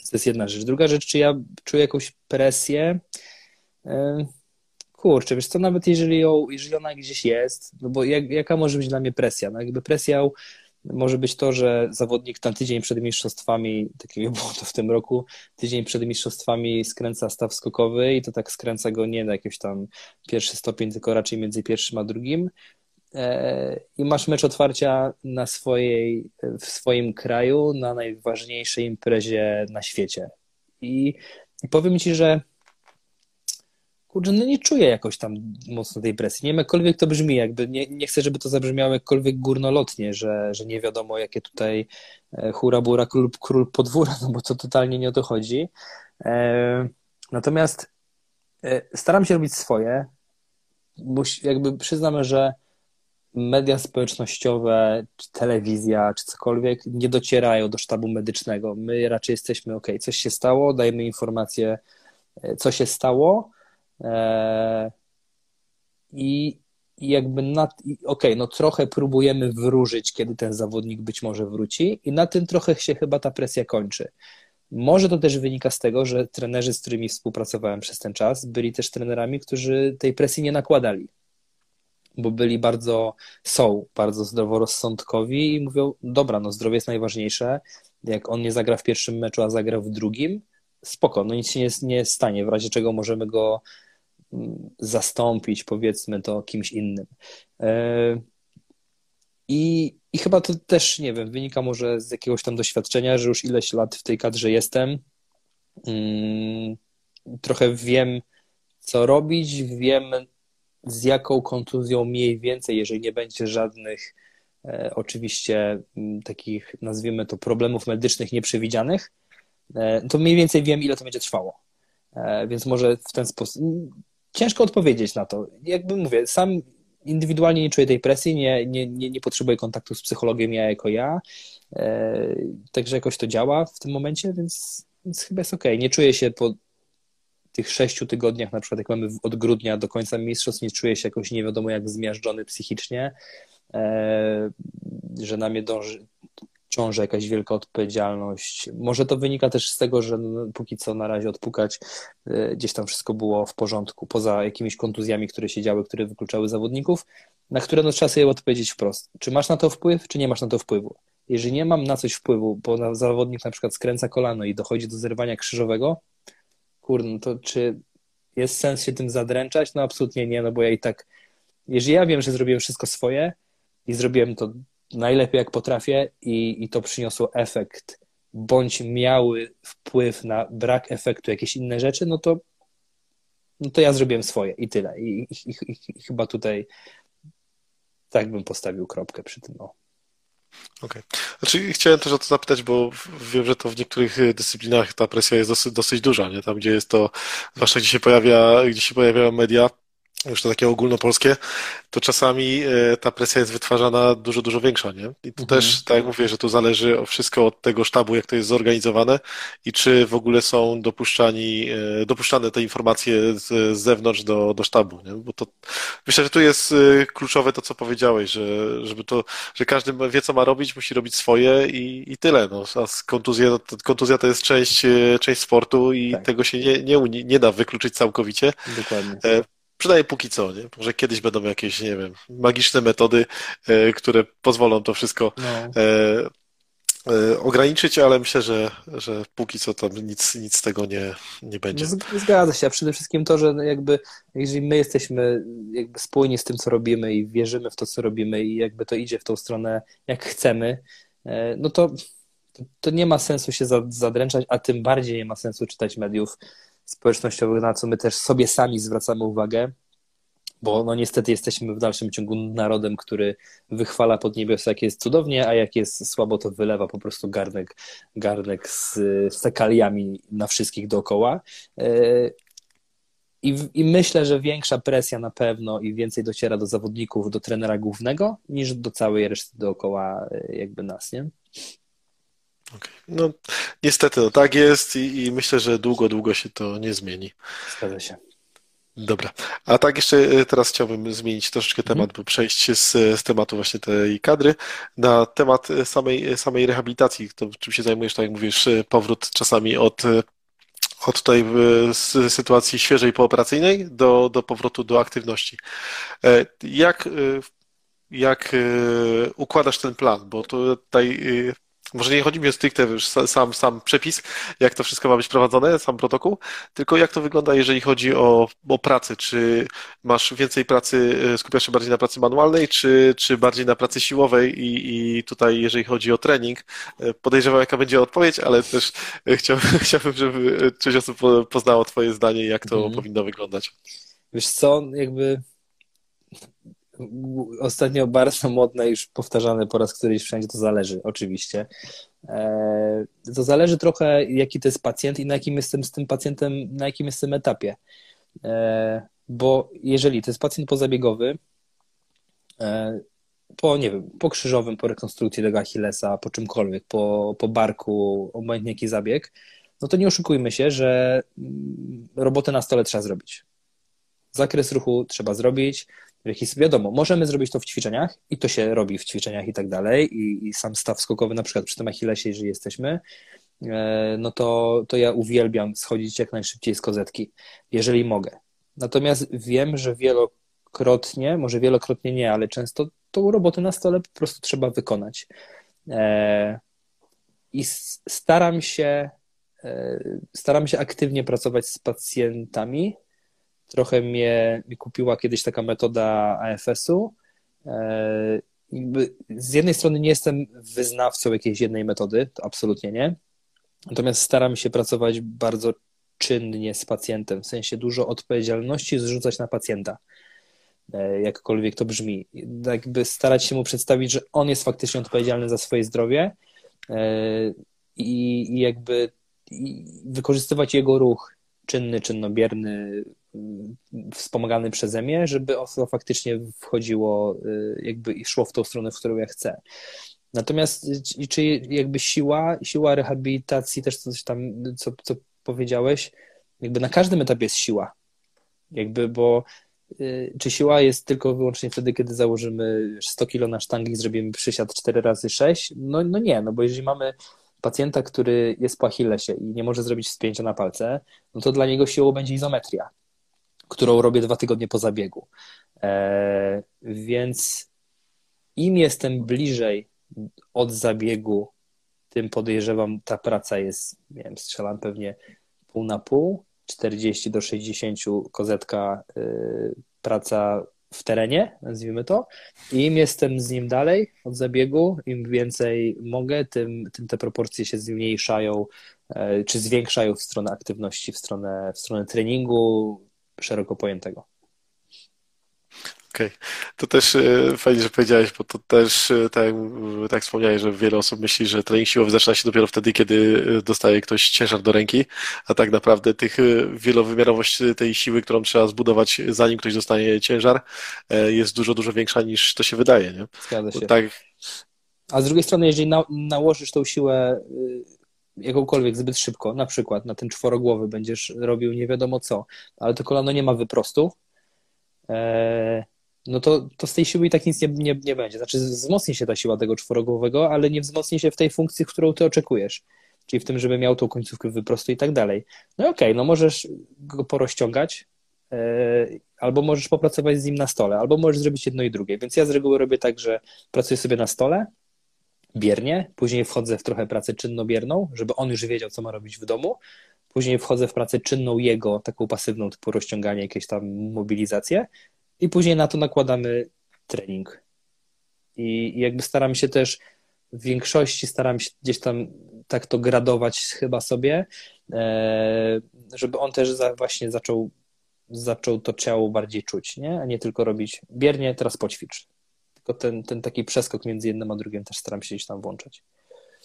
S2: To jest jedna rzecz. Druga rzecz, czy ja czuję jakąś presję? E, Kurczę, wiesz co, nawet jeżeli, ją, jeżeli ona gdzieś jest, no bo jak, jaka może być dla mnie presja? No jakby presją może być to, że zawodnik na tydzień przed mistrzostwami, takiego było to w tym roku, tydzień przed mistrzostwami skręca staw skokowy i to tak skręca go nie na jakiś tam pierwszy stopień, tylko raczej między pierwszym a drugim. E, I masz mecz otwarcia na swojej, w swoim kraju, na najważniejszej imprezie na świecie. I, i powiem ci, że kurczę, no nie czuję jakoś tam mocno tej presji. Nie wiem, jakkolwiek to brzmi, jakby nie, nie chcę, żeby to zabrzmiało jakkolwiek górnolotnie, że, że nie wiadomo, jakie tutaj e, hura bura, król, król podwóra, no bo to totalnie nie o to chodzi. E, natomiast e, staram się robić swoje. Muś, jakby przyznam, że media społecznościowe, czy telewizja, czy cokolwiek nie docierają do sztabu medycznego. My raczej jesteśmy, ok, coś się stało, dajemy informację, e, co się stało, E, I, i jakby na, i okej, no trochę próbujemy wróżyć, kiedy ten zawodnik być może wróci i na tym trochę się chyba ta presja kończy. Może to też wynika z tego, że trenerzy, z którymi współpracowałem przez ten czas, byli też trenerami, którzy tej presji nie nakładali, bo byli bardzo, są bardzo zdroworozsądkowi i mówią, dobra, no zdrowie jest najważniejsze, jak on nie zagra w pierwszym meczu, a zagra w drugim, spoko, no nic się nie, nie stanie, w razie czego możemy go zastąpić, powiedzmy to, kimś innym. I, I chyba to też, nie wiem, wynika może z jakiegoś tam doświadczenia, że już ileś lat w tej kadrze jestem. Trochę wiem, co robić, wiem, z jaką kontuzją mniej więcej, jeżeli nie będzie żadnych e, oczywiście m, takich, nazwijmy to, problemów medycznych nieprzewidzianych, e, to mniej więcej wiem, ile to będzie trwało. E, więc może w ten sposób. Ciężko odpowiedzieć na to. Jakby mówię, sam indywidualnie nie czuję tej presji, nie, nie, nie, nie potrzebuję kontaktu z psychologiem ja jako ja, e, także jakoś to działa w tym momencie, więc, więc chyba jest okej. Nie czuję się po tych sześciu tygodniach, na przykład jak mamy od grudnia do końca mistrzostw, nie czuję się jakoś nie wiadomo jak zmiażdżony psychicznie, e, że na mnie dąży, ciąży jakaś wielka odpowiedzialność. Może to wynika też z tego, że no, póki co na razie odpukać y, gdzieś tam wszystko było w porządku, poza jakimiś kontuzjami, które się działy, które wykluczały zawodników, na które no, trzeba sobie odpowiedzieć wprost. Czy masz na to wpływ, czy nie masz na to wpływu? Jeżeli nie mam na coś wpływu, bo na zawodnik na przykład skręca kolano i dochodzi do zerwania krzyżowego, kurde, no to czy jest sens się tym zadręczać? No absolutnie nie, no bo ja i tak, jeżeli ja wiem, że zrobiłem wszystko swoje i zrobiłem to najlepiej jak potrafię i, i to przyniosło efekt, bądź miały wpływ na brak efektu jakieś inne rzeczy, no to, no to ja zrobiłem swoje i tyle. I, i, i, i chyba tutaj tak bym postawił kropkę przy tym. O.
S1: Okej. Znaczy, chciałem też o to zapytać, bo wiem, że to w niektórych dyscyplinach ta presja jest dosyć, dosyć duża, nie? Tam, gdzie jest to, zwłaszcza gdzie się pojawia, gdzie się pojawiają media, już to takie ogólnopolskie, to czasami e, ta presja jest wytwarzana dużo, dużo większa, nie? I to
S2: Mhm.
S1: też, tak jak mówię, że tu zależy o wszystko od tego sztabu, jak to jest zorganizowane i czy w ogóle są dopuszczani, e, dopuszczane te informacje z, z zewnątrz do, do sztabu, nie? Bo to myślę, że tu jest e, kluczowe to, co powiedziałeś, że, żeby to, że każdy wie, co ma robić, musi robić swoje i, i tyle, no. A z kontuzja, to, kontuzja to jest część, e, część sportu i
S2: Tak,
S1: tego się nie, nie, uni- nie da wykluczyć całkowicie.
S2: dokładnie.
S1: E, Przynajmniej póki co, nie? Może kiedyś będą jakieś, nie wiem, magiczne metody, e, które pozwolą to wszystko
S2: No.
S1: e, e, ograniczyć, ale myślę, że, że póki co tam nic, nic z tego nie, nie
S2: No,
S1: będzie.
S2: z- zgadza się, a przede wszystkim to, że no jakby jeżeli my jesteśmy jakby spójni z tym, co robimy i wierzymy w to, co robimy i jakby to idzie w tą stronę, jak chcemy, e, no to, to nie ma sensu się za- zadręczać, a tym bardziej nie ma sensu czytać mediów społecznościowych, na co my też sobie sami zwracamy uwagę, bo no niestety jesteśmy w dalszym ciągu narodem, który wychwala pod niebiosa, jak jest cudownie, a jak jest słabo, to wylewa po prostu garnek, garnek z, z fekaliami na wszystkich dookoła. E, I, I myślę, że większa presja na pewno i więcej dociera do zawodników, do trenera głównego, niż do całej reszty dookoła e, jakby nas, nie?
S1: Okej. No, niestety, no, tak jest i, i myślę, że długo, długo się to nie zmieni.
S2: Zgadza się.
S1: Dobra. A tak jeszcze e, teraz chciałbym zmienić troszeczkę
S2: Mhm.
S1: temat, bo przejść z, z tematu właśnie tej kadry na temat e, samej, samej rehabilitacji, to czym się zajmujesz, tak jak mówisz, e, powrót czasami od, e, od tutaj e, z sytuacji świeżej pooperacyjnej do, do powrotu do aktywności. E, Jak, e, jak e, układasz ten plan? Bo to tutaj e, może nie chodzi mi o stricte już sa- sam, sam przepis, jak to wszystko ma być prowadzone, sam protokół, tylko jak to wygląda, jeżeli chodzi o, o pracę? Czy masz więcej pracy, e, skupiasz się bardziej na pracy manualnej, czy, czy bardziej na pracy siłowej? I, i tutaj, jeżeli chodzi o trening, e, podejrzewam, jaka będzie odpowiedź, ale też e, chciałbym, chciałbym, żeby część osób po- poznało Twoje zdanie, jak to
S2: Mhm.
S1: powinno wyglądać.
S2: Wiesz co, jakby ostatnio bardzo modne, już powtarzane po raz któryś wszędzie, to zależy, oczywiście. E, To zależy trochę, jaki to jest pacjent i na jakim jestem z tym pacjentem, na jakim jestem etapie. E, Bo jeżeli to jest pacjent pozabiegowy, e, po, nie wiem, po krzyżowym, po rekonstrukcji tego Achillesa, po czymkolwiek, po, po barku, obojętnie jaki zabieg, no to nie oszukujmy się, że mm, robotę na stole trzeba zrobić. Zakres ruchu trzeba zrobić. Jakiś, wiadomo, możemy zrobić to w ćwiczeniach i to się robi w ćwiczeniach i tak dalej. I, i sam staw skokowy, na przykład przy tym Achillesie, jeżeli jesteśmy, e, no to, to ja uwielbiam schodzić jak najszybciej z kozetki, jeżeli mogę. Natomiast wiem, że wielokrotnie, może wielokrotnie nie, ale często tą robotę na stole po prostu trzeba wykonać. E, I s- staram się, e, staram się aktywnie pracować z pacjentami. Trochę mnie, mnie kupiła kiedyś taka metoda A F S-u. E, jakby Z jednej strony nie jestem wyznawcą jakiejś jednej metody, to absolutnie nie. Natomiast staram się pracować bardzo czynnie z pacjentem, w sensie dużo odpowiedzialności zrzucać na pacjenta, e, jakkolwiek to brzmi. Jakby starać się mu przedstawić, że on jest faktycznie odpowiedzialny za swoje zdrowie e, i, i jakby i wykorzystywać jego ruch czynny, czynnomierny, mm, wspomagany przeze mnie, żeby to faktycznie wchodziło, y, jakby i szło w tą stronę, w którą ja chcę. Natomiast y, czy jakby siła, siła rehabilitacji, też coś tam, co, co powiedziałeś, jakby na każdym etapie jest siła. Jakby, bo y, czy siła jest tylko wyłącznie wtedy, kiedy założymy sto kilo na sztangi i zrobimy przysiad cztery razy sześć? No, no nie, no bo jeżeli mamy pacjenta, który jest po Achillesie i nie może zrobić wspięcia na palce, no to dla niego siłą będzie izometria, którą robię dwa tygodnie po zabiegu. E, więc im jestem bliżej od zabiegu, tym podejrzewam, ta praca jest, nie wiem, strzelam pewnie pół na pół, czterdzieści do sześćdziesięciu kozetka, y, praca w terenie, nazwijmy to. I im jestem z nim dalej od zabiegu, im więcej mogę, tym, tym te proporcje się zmniejszają, y, czy zwiększają w stronę aktywności, w stronę, w stronę treningu szeroko pojętego.
S1: Okej. To też e, fajnie, że powiedziałeś, bo to też, e, tak, jak- tak jak wspomniałeś, że wiele osób myśli, że trening siłowy zaczyna się dopiero wtedy, kiedy e, dostaje ktoś ciężar do ręki, a tak naprawdę tych e, wielowymiarowość tej siły, którą trzeba zbudować, zanim ktoś dostanie ciężar, e, jest dużo, dużo większa niż to się wydaje, nie?
S2: Zgadza
S1: Bo
S2: się.
S1: tak,
S2: A z drugiej strony, jeżeli na, nałożysz tą siłę y, jakąkolwiek zbyt szybko, na przykład na ten czworogłowy będziesz robił nie wiadomo co, ale to kolano nie ma wyprostu, e, no to, to z tej siły i tak nic nie, nie, nie będzie. Znaczy wzmocni się ta siła tego czworogłowego, ale nie wzmocni się w tej funkcji, którą ty oczekujesz. Czyli w tym, żeby miał tą końcówkę wyprostu i tak dalej. No i okej, no możesz go porozciągać, e, albo możesz popracować z nim na stole, albo możesz zrobić jedno i drugie. Więc ja z reguły robię tak, że pracuję sobie na stole, biernie, później wchodzę w trochę pracę czynno-bierną, żeby on już wiedział, co ma robić w domu, później wchodzę w pracę czynną jego, taką pasywną, typu rozciąganie, jakieś tam mobilizacje i później na to nakładamy trening. I, i jakby staram się też, w większości staram się gdzieś tam tak to gradować chyba sobie, e, żeby on też za, właśnie zaczął, zaczął to ciało bardziej czuć, nie? A nie tylko robić biernie, teraz poćwicz. Tylko ten, ten taki przeskok między jednym a drugim też staram się gdzieś tam włączać.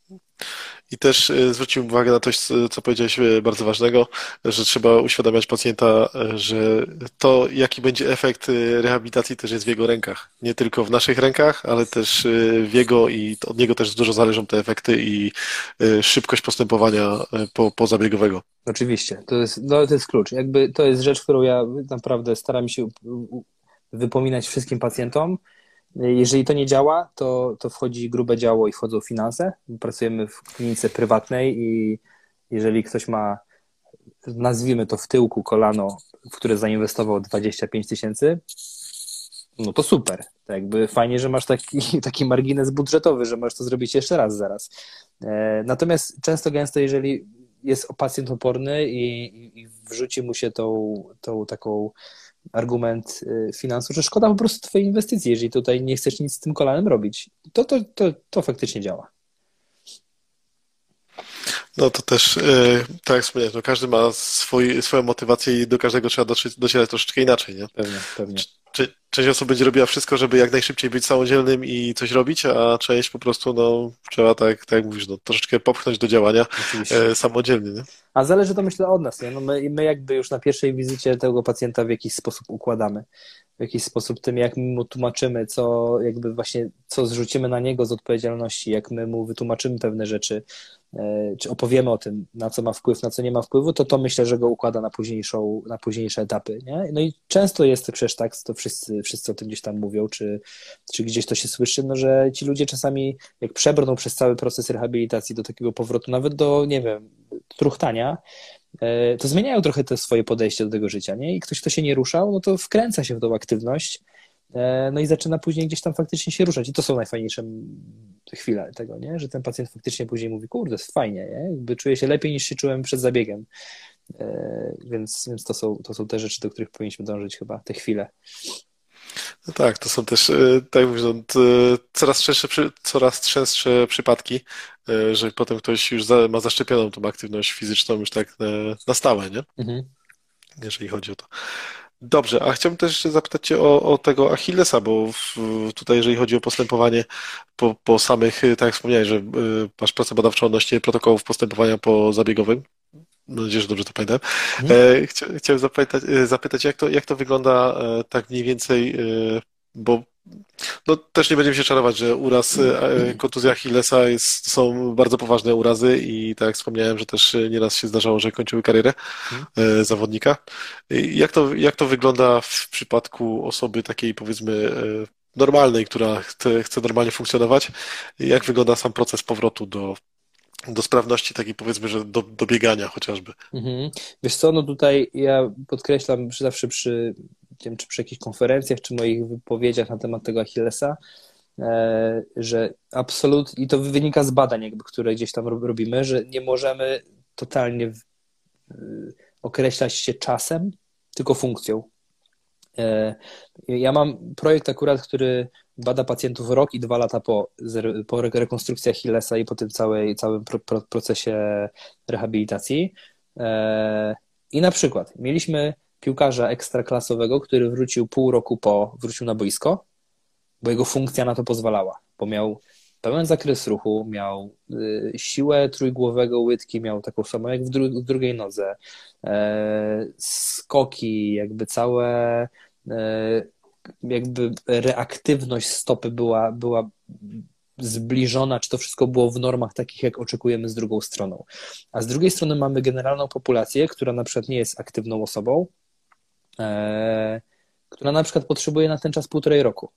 S1: I też e, zwróciłem uwagę na coś, co co powiedziałeś e, bardzo ważnego, że trzeba uświadamiać pacjenta, e, że to, jaki będzie efekt e, rehabilitacji, też jest w jego rękach. Nie tylko w naszych rękach, ale też e, w jego i od niego też dużo zależą te efekty i e, szybkość postępowania e, po, pozabiegowego.
S2: Oczywiście, to jest, no, to jest klucz. Jakby to jest rzecz, którą ja naprawdę staram się u- u- wypominać wszystkim pacjentom. Jeżeli to nie działa, to, to wchodzi grube działo i wchodzą finanse. Pracujemy w klinice prywatnej i jeżeli ktoś ma, nazwijmy to w tyłku kolano, w które zainwestował dwadzieścia pięć tysięcy, no to super. To jakby fajnie, że masz taki, taki margines budżetowy, że możesz to zrobić jeszcze raz zaraz. E, Natomiast często gęsto, jeżeli jest pacjent oporny i, i, i wrzuci mu się tą, tą taką argument y, finansu, że szkoda po prostu twojej inwestycji, jeżeli tutaj nie chcesz nic z tym kolanem robić, to, to, to, to faktycznie działa.
S1: No to też, e, tak jak wspomniałem, no każdy ma swój, swoją motywację i do każdego trzeba dotrzeć, docierać troszeczkę inaczej, nie?
S2: Pewnie, pewnie.
S1: Cze- Część osób będzie robiła wszystko, żeby jak najszybciej być samodzielnym i coś robić, a część po prostu, no, trzeba tak, tak jak mówisz, no, troszeczkę popchnąć do działania
S2: Oczywiście.
S1: e, samodzielnie, nie?
S2: A zależy to myślę od nas, nie? No my, my jakby już na pierwszej wizycie tego pacjenta w jakiś sposób układamy. W jakiś sposób tym, jak my mu tłumaczymy, co jakby właśnie, co zrzucimy na niego z odpowiedzialności, jak my mu wytłumaczymy pewne rzeczy, e, czy opowiemy o tym, na co ma wpływ, na co nie ma wpływu, to to myślę, że go układa na późniejszą, na późniejsze etapy, nie? No i często jest to przecież tak, to wszyscy, wszyscy o tym gdzieś tam mówią, czy, czy gdzieś to się słyszy, no że ci ludzie czasami jak przebrną przez cały proces rehabilitacji do takiego powrotu, nawet do, nie wiem, truchtania, e, to zmieniają trochę to swoje podejście do tego życia, nie? I ktoś, kto się nie ruszał, no to wkręca się w tą aktywność, e, no i zaczyna później gdzieś tam faktycznie się ruszać. I to są najfajniejsze chwile tego, nie? Że ten pacjent faktycznie później mówi, kurde, jest fajnie, nie? Jakby czuję się lepiej niż się czułem przed zabiegiem. E, Więc, więc to są, to są te rzeczy, do których powinniśmy dążyć chyba, te chwile.
S1: No tak, to są też, e, tak jak mówisz, no, t- coraz częstsze, przy- coraz częstsze przypadki, e, że potem ktoś już za, ma zaszczepioną tą aktywność fizyczną już tak e, na stałe, nie?
S2: Mhm.
S1: Jeżeli chodzi o to. Dobrze, a chciałbym też zapytać Cię o, o tego Achillesa, bo w, tutaj, jeżeli chodzi o postępowanie po, po samych, tak jak wspomniałeś, że y, masz pracę badawczą odnośnie protokołów postępowania pozabiegowym. Mam nadzieję, że dobrze to pamiętam.
S2: Mhm.
S1: E, chcia, chciałem zapytać, e, zapytać jak to, jak to wygląda e, tak mniej więcej, e, bo no, też nie będziemy się czarować, że uraz, e, kontuzja Achillesa jest, są bardzo poważne urazy i tak jak wspomniałem, że też nieraz się zdarzało, że kończyły karierę
S2: Mhm.
S1: e, zawodnika. I Jak to, jak to wygląda w przypadku osoby takiej, powiedzmy, e, normalnej, która chce, chce normalnie funkcjonować? Jak wygląda sam proces powrotu do, do sprawności takiej, powiedzmy, że do, do biegania chociażby?
S2: Mhm. Wiesz co, no tutaj ja podkreślam przy, zawsze przy, nie wiem, czy przy jakichś konferencjach, czy moich wypowiedziach na temat tego Achillesa, e, że absolutnie, i to wynika z badań, jakby, które gdzieś tam rob- robimy, że nie możemy totalnie w- y, określać się czasem, tylko funkcją. E, Ja mam projekt akurat, który bada pacjentów rok i dwa lata po, zer- po re- rekonstrukcji Achillesa i po tym całej, całym pro, pro, procesie rehabilitacji. E, I na przykład mieliśmy piłkarza ekstraklasowego, który wrócił pół roku po, wrócił na boisko, bo jego funkcja na to pozwalała, bo miał pełen zakres ruchu, miał y, siłę trójgłowego łydki, miał taką samą jak w, dru w drugiej nodze, e, skoki, jakby całe e, jakby reaktywność stopy była, była zbliżona, czy to wszystko było w normach takich, jak oczekujemy z drugą stroną. A z drugiej strony mamy generalną populację, która na przykład nie jest aktywną osobą, e, która na przykład potrzebuje na ten czas półtorej roku.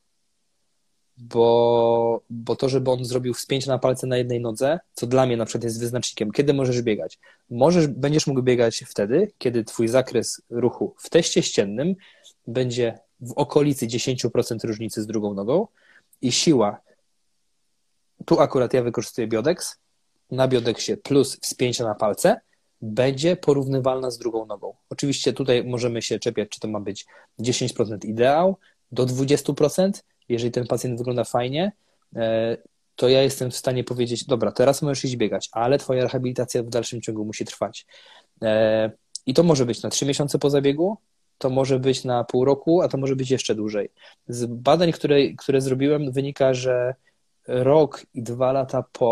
S2: Bo, bo to, żeby on zrobił wspięcie na palce na jednej nodze, co dla mnie na przykład jest wyznacznikiem, kiedy możesz biegać. Możesz, będziesz mógł biegać wtedy, kiedy twój zakres ruchu w teście ściennym będzie w okolicy dziesięć procent różnicy z drugą nogą i siła, tu akurat ja wykorzystuję Biodex, na Biodexie plus wspięcie na palce będzie porównywalna z drugą nogą. Oczywiście tutaj możemy się czepiać, czy to ma być dziesięć procent ideał, do dwadzieścia procent. Jeżeli ten pacjent wygląda fajnie, to ja jestem w stanie powiedzieć, dobra, teraz możesz iść biegać, ale twoja rehabilitacja w dalszym ciągu musi trwać. I to może być na trzy miesiące po zabiegu, to może być na pół roku, a to może być jeszcze dłużej. Z badań, które, które zrobiłem, wynika, że rok i dwa lata po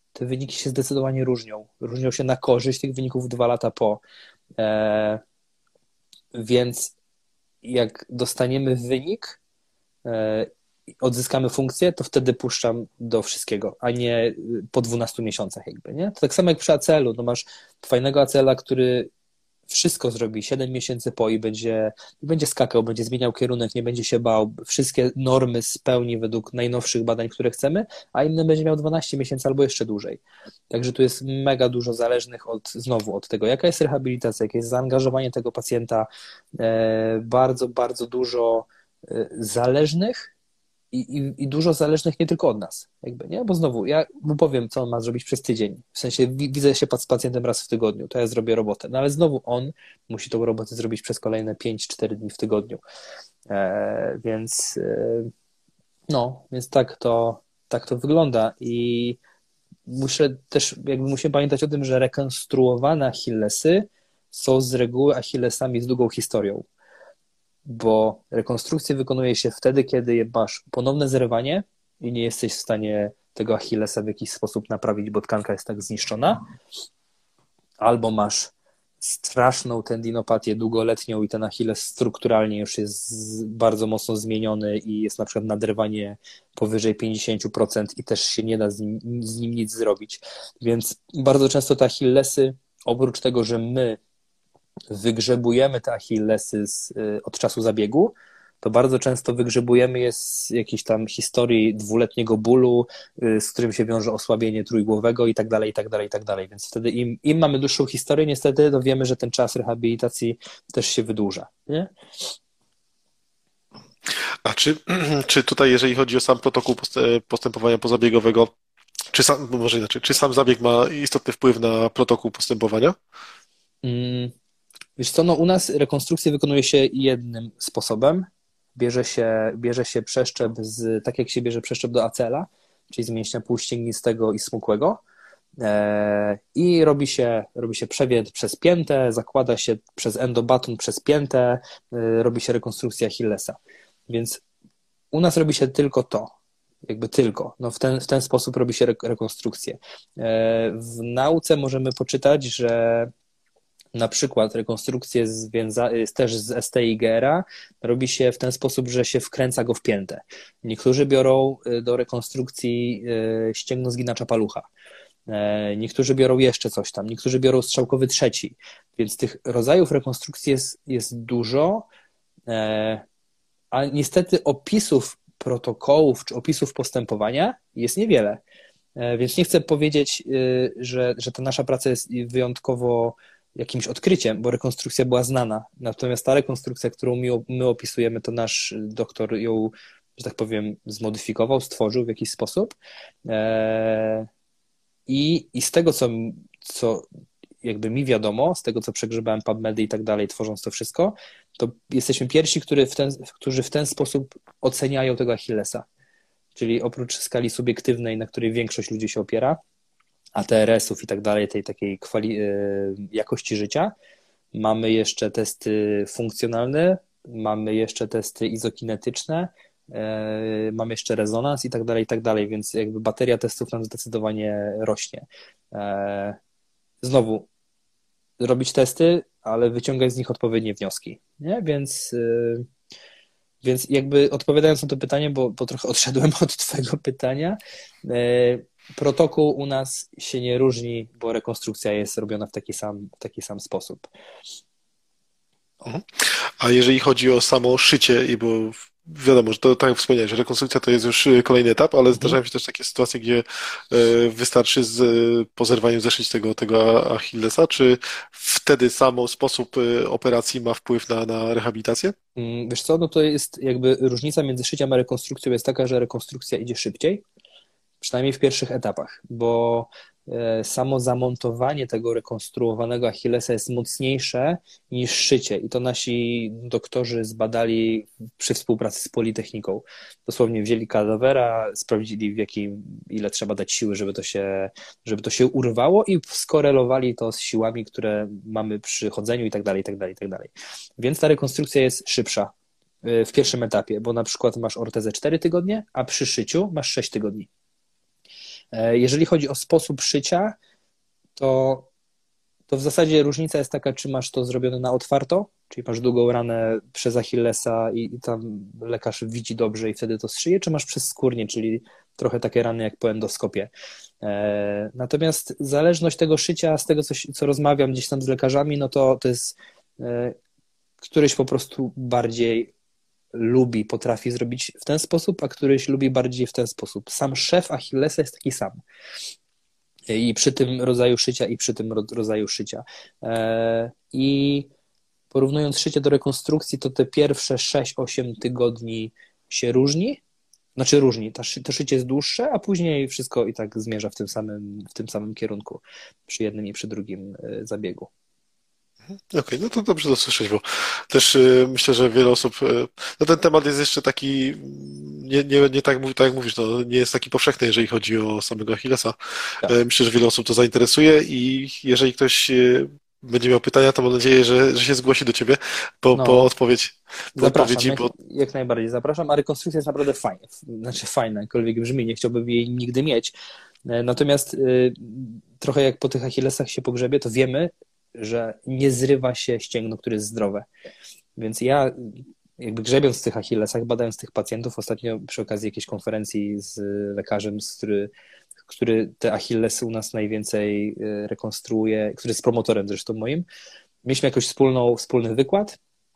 S2: te wyniki się zdecydowanie różnią. Różnią się na korzyść tych wyników dwa lata po. E, więc jak dostaniemy wynik, e, odzyskamy funkcję, to wtedy puszczam do wszystkiego, a nie po dwunastu miesiącach jakby, nie? To tak samo jak przy A C L-u, no masz fajnego A C L-a, który wszystko zrobi siedem miesięcy po i będzie, będzie skakał, będzie zmieniał kierunek, nie będzie się bał, wszystkie normy spełni według najnowszych badań, które chcemy, a inny będzie miał dwanaście miesięcy albo jeszcze dłużej. Także tu jest mega dużo zależnych od, znowu od tego, jaka jest rehabilitacja, jakie jest zaangażowanie tego pacjenta, e, bardzo, bardzo dużo e, zależnych i, i, i dużo zależnych nie tylko od nas, jakby, nie? Bo znowu, ja mu powiem, co on ma zrobić przez tydzień. W sensie wi- widzę się z pacjentem raz w tygodniu, to ja zrobię robotę. No ale znowu on musi tą robotę zrobić przez kolejne pięć cztery dni w tygodniu. E, więc e, no, więc tak to, tak to wygląda i muszę też, jakby musimy pamiętać o tym, że rekonstruowane Achillesy są z reguły Achillesami z długą historią, bo rekonstrukcję wykonuje się wtedy, kiedy masz ponowne zerwanie i nie jesteś w stanie tego Achillesa w jakiś sposób naprawić, bo tkanka jest tak zniszczona, albo masz straszną tendinopatię długoletnią i ten Achilles strukturalnie już jest bardzo mocno zmieniony i jest na przykład naderwanie powyżej pięćdziesiąt procent i też się nie da z nim, z nim nic zrobić. Więc bardzo często te Achillesy, oprócz tego, że my wygrzebujemy te Achillesy z, od czasu zabiegu, to bardzo często wygrzebujemy je z jakiejś tam historii dwuletniego bólu, z którym się wiąże osłabienie trójgłowego i tak dalej, i tak dalej, i tak dalej. Więc wtedy im, im mamy dłuższą historię, niestety, to wiemy, że ten czas rehabilitacji też się wydłuża, nie?
S1: A czy, czy tutaj, jeżeli chodzi o sam protokół postępowania pozabiegowego, czy sam, no może inaczej, czy sam zabieg ma istotny wpływ na protokół postępowania?
S2: Mm, wiesz co, no u nas rekonstrukcję wykonuje się jednym sposobem. Bierze się, bierze się przeszczep, z, tak jak się bierze przeszczep do A C L-a, czyli z mięśnia półścięgnistego i smukłego, e, i robi się, robi się przewiat przez piętę, zakłada się przez endobaton przez piętę, e, robi się rekonstrukcja Achillesa. Więc u nas robi się tylko to, jakby tylko. No w, ten, w ten sposób robi się re, rekonstrukcję. E, w nauce możemy poczytać, że na przykład rekonstrukcję związa- też z S T I G R-a robi się w ten sposób, że się wkręca go w piętę. Niektórzy biorą do rekonstrukcji ścięgno zginacza palucha. Niektórzy biorą jeszcze coś tam, niektórzy biorą strzałkowy trzeci. Więc tych rodzajów rekonstrukcji jest, jest dużo, a niestety opisów protokołów czy opisów postępowania jest niewiele. Więc nie chcę powiedzieć, że, że ta nasza praca jest wyjątkowo jakimś odkryciem, bo rekonstrukcja była znana. Natomiast ta rekonstrukcja, którą my, my opisujemy, to nasz doktor ją, że tak powiem, zmodyfikował, stworzył w jakiś sposób. Eee, i, I z tego, co, co jakby mi wiadomo, z tego, co przegrzebałem PubMedy i tak dalej, tworząc to wszystko, to jesteśmy pierwsi, który w ten, którzy w ten sposób oceniają tego Achillesa. Czyli oprócz skali subiektywnej, na której większość ludzi się opiera, A T R S-ów i tak dalej, tej takiej kwali- jakości życia. Mamy jeszcze testy funkcjonalne, mamy jeszcze testy izokinetyczne, mamy jeszcze rezonans i tak dalej, i tak dalej, więc jakby bateria testów nam zdecydowanie rośnie. Znowu, robić testy, ale wyciągać z nich odpowiednie wnioski, nie? Więc, więc jakby odpowiadając na to pytanie, bo, bo trochę odszedłem od twojego pytania, protokół u nas się nie różni, bo rekonstrukcja jest robiona w taki sam, w taki sam sposób.
S1: A jeżeli chodzi o samo szycie, i bo wiadomo, że to tak jak wspomniałeś, rekonstrukcja to jest już kolejny etap, ale zdarzają się też takie sytuacje, gdzie wystarczy z, po zerwaniu zeszyć tego, tego Achillesa, czy wtedy samo sposób operacji ma wpływ na, na rehabilitację?
S2: Wiesz co, no to jest jakby różnica między szyciem a rekonstrukcją jest taka, że rekonstrukcja idzie szybciej, przynajmniej w pierwszych etapach, bo samo zamontowanie tego rekonstruowanego Achillesa jest mocniejsze niż szycie i to nasi doktorzy zbadali przy współpracy z Politechniką. Dosłownie wzięli kadawera, sprawdzili w jakim, ile trzeba dać siły, żeby to się, żeby to się urwało i skorelowali to z siłami, które mamy przy chodzeniu i tak dalej, i tak dalej, i tak dalej. Więc ta rekonstrukcja jest szybsza w pierwszym etapie, bo na przykład masz ortezę cztery tygodnie, a przy szyciu masz sześć tygodni. Jeżeli chodzi o sposób szycia, to, to w zasadzie różnica jest taka, czy masz to zrobione na otwarto, czyli masz długą ranę przez Achillesa i, i tam lekarz widzi dobrze i wtedy to zszyje, czy masz przez skórnie, czyli trochę takie rany jak po endoskopie. E, natomiast zależność tego szycia, z tego co, co rozmawiam gdzieś tam z lekarzami, no to, to jest e, któryś po prostu bardziej lubi, potrafi zrobić w ten sposób, a któryś lubi bardziej w ten sposób. Sam szef Achillesa jest taki sam. I przy tym rodzaju szycia, i przy tym rodzaju szycia. I porównując szycie do rekonstrukcji, to te pierwsze sześć osiem tygodni się różni. Znaczy różni, to szycie jest dłuższe, a później wszystko i tak zmierza w tym samym, w tym samym kierunku przy jednym i przy drugim zabiegu.
S1: Okej, okay, no to dobrze to słyszeć, bo też y, myślę, że wiele osób, y, no ten temat jest jeszcze taki, nie, nie, nie tak, tak jak mówisz, no, nie jest taki powszechny, jeżeli chodzi o samego Achillesa.
S2: Tak.
S1: Y, myślę, że wiele osób to zainteresuje i jeżeli ktoś y, będzie miał pytania, to mam nadzieję, że, że się zgłosi do ciebie po,
S2: no,
S1: po odpowiedź. Po
S2: zapraszam,
S1: odpowiedzi,
S2: jak,
S1: bo...
S2: jak najbardziej zapraszam, a rekonstrukcja jest naprawdę fajna, znaczy fajna, jakkolwiek brzmi, nie chciałbym jej nigdy mieć. Natomiast y, trochę jak po tych Achillesach się pogrzebie, to wiemy, że nie zrywa się ścięgno, które jest zdrowe. Więc ja jakby grzebiąc w tych Achillesach, badając tych pacjentów, ostatnio przy okazji jakiejś konferencji z lekarzem, z który, który te Achillesy u nas najwięcej rekonstruuje, który jest promotorem zresztą moim, mieliśmy jakoś wspólną, wspólny wykład,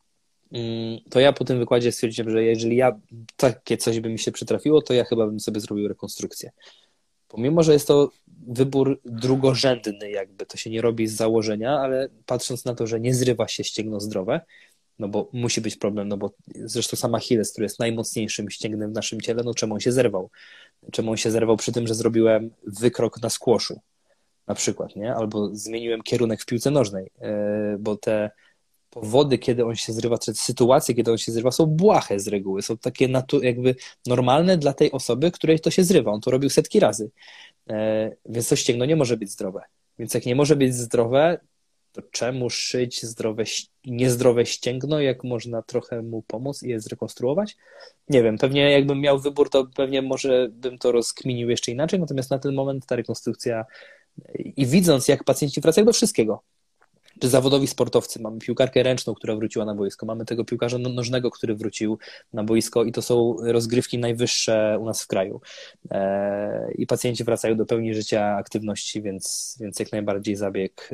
S2: to ja po tym wykładzie stwierdziłem, że jeżeli ja takie coś by mi się przytrafiło, to ja chyba bym sobie zrobił rekonstrukcję. Pomimo, że jest to wybór drugorzędny, jakby to się nie robi z założenia, ale patrząc na to, że nie zrywa się ścięgno zdrowe, no bo musi być problem, no bo zresztą sam Achilles, który jest najmocniejszym ścięgnem w naszym ciele, no czemu on się zerwał? Czemu on się zerwał przy tym, że zrobiłem wykrok na squashu na przykład, nie? Albo zmieniłem kierunek w piłce nożnej, bo te powody, kiedy on się zrywa, czy sytuacje, kiedy on się zrywa, są błahe z reguły, są takie natu- jakby normalne dla tej osoby, której to się zrywa. On to robił setki razy, e, więc to ścięgno nie może być zdrowe. Więc jak nie może być zdrowe, to czemu szyć zdrowe, niezdrowe ścięgno, jak można trochę mu pomóc i je zrekonstruować? Nie wiem, pewnie jakbym miał wybór, to pewnie może bym to rozkminił jeszcze inaczej, natomiast na ten moment ta rekonstrukcja i widząc, jak pacjenci wracają do wszystkiego, czy zawodowi sportowcy. Mamy piłkarkę ręczną, która wróciła na boisko. Mamy tego piłkarza nożnego, który wrócił na boisko i to są rozgrywki najwyższe u nas w kraju. I pacjenci wracają do pełni życia, aktywności, więc, więc jak najbardziej zabieg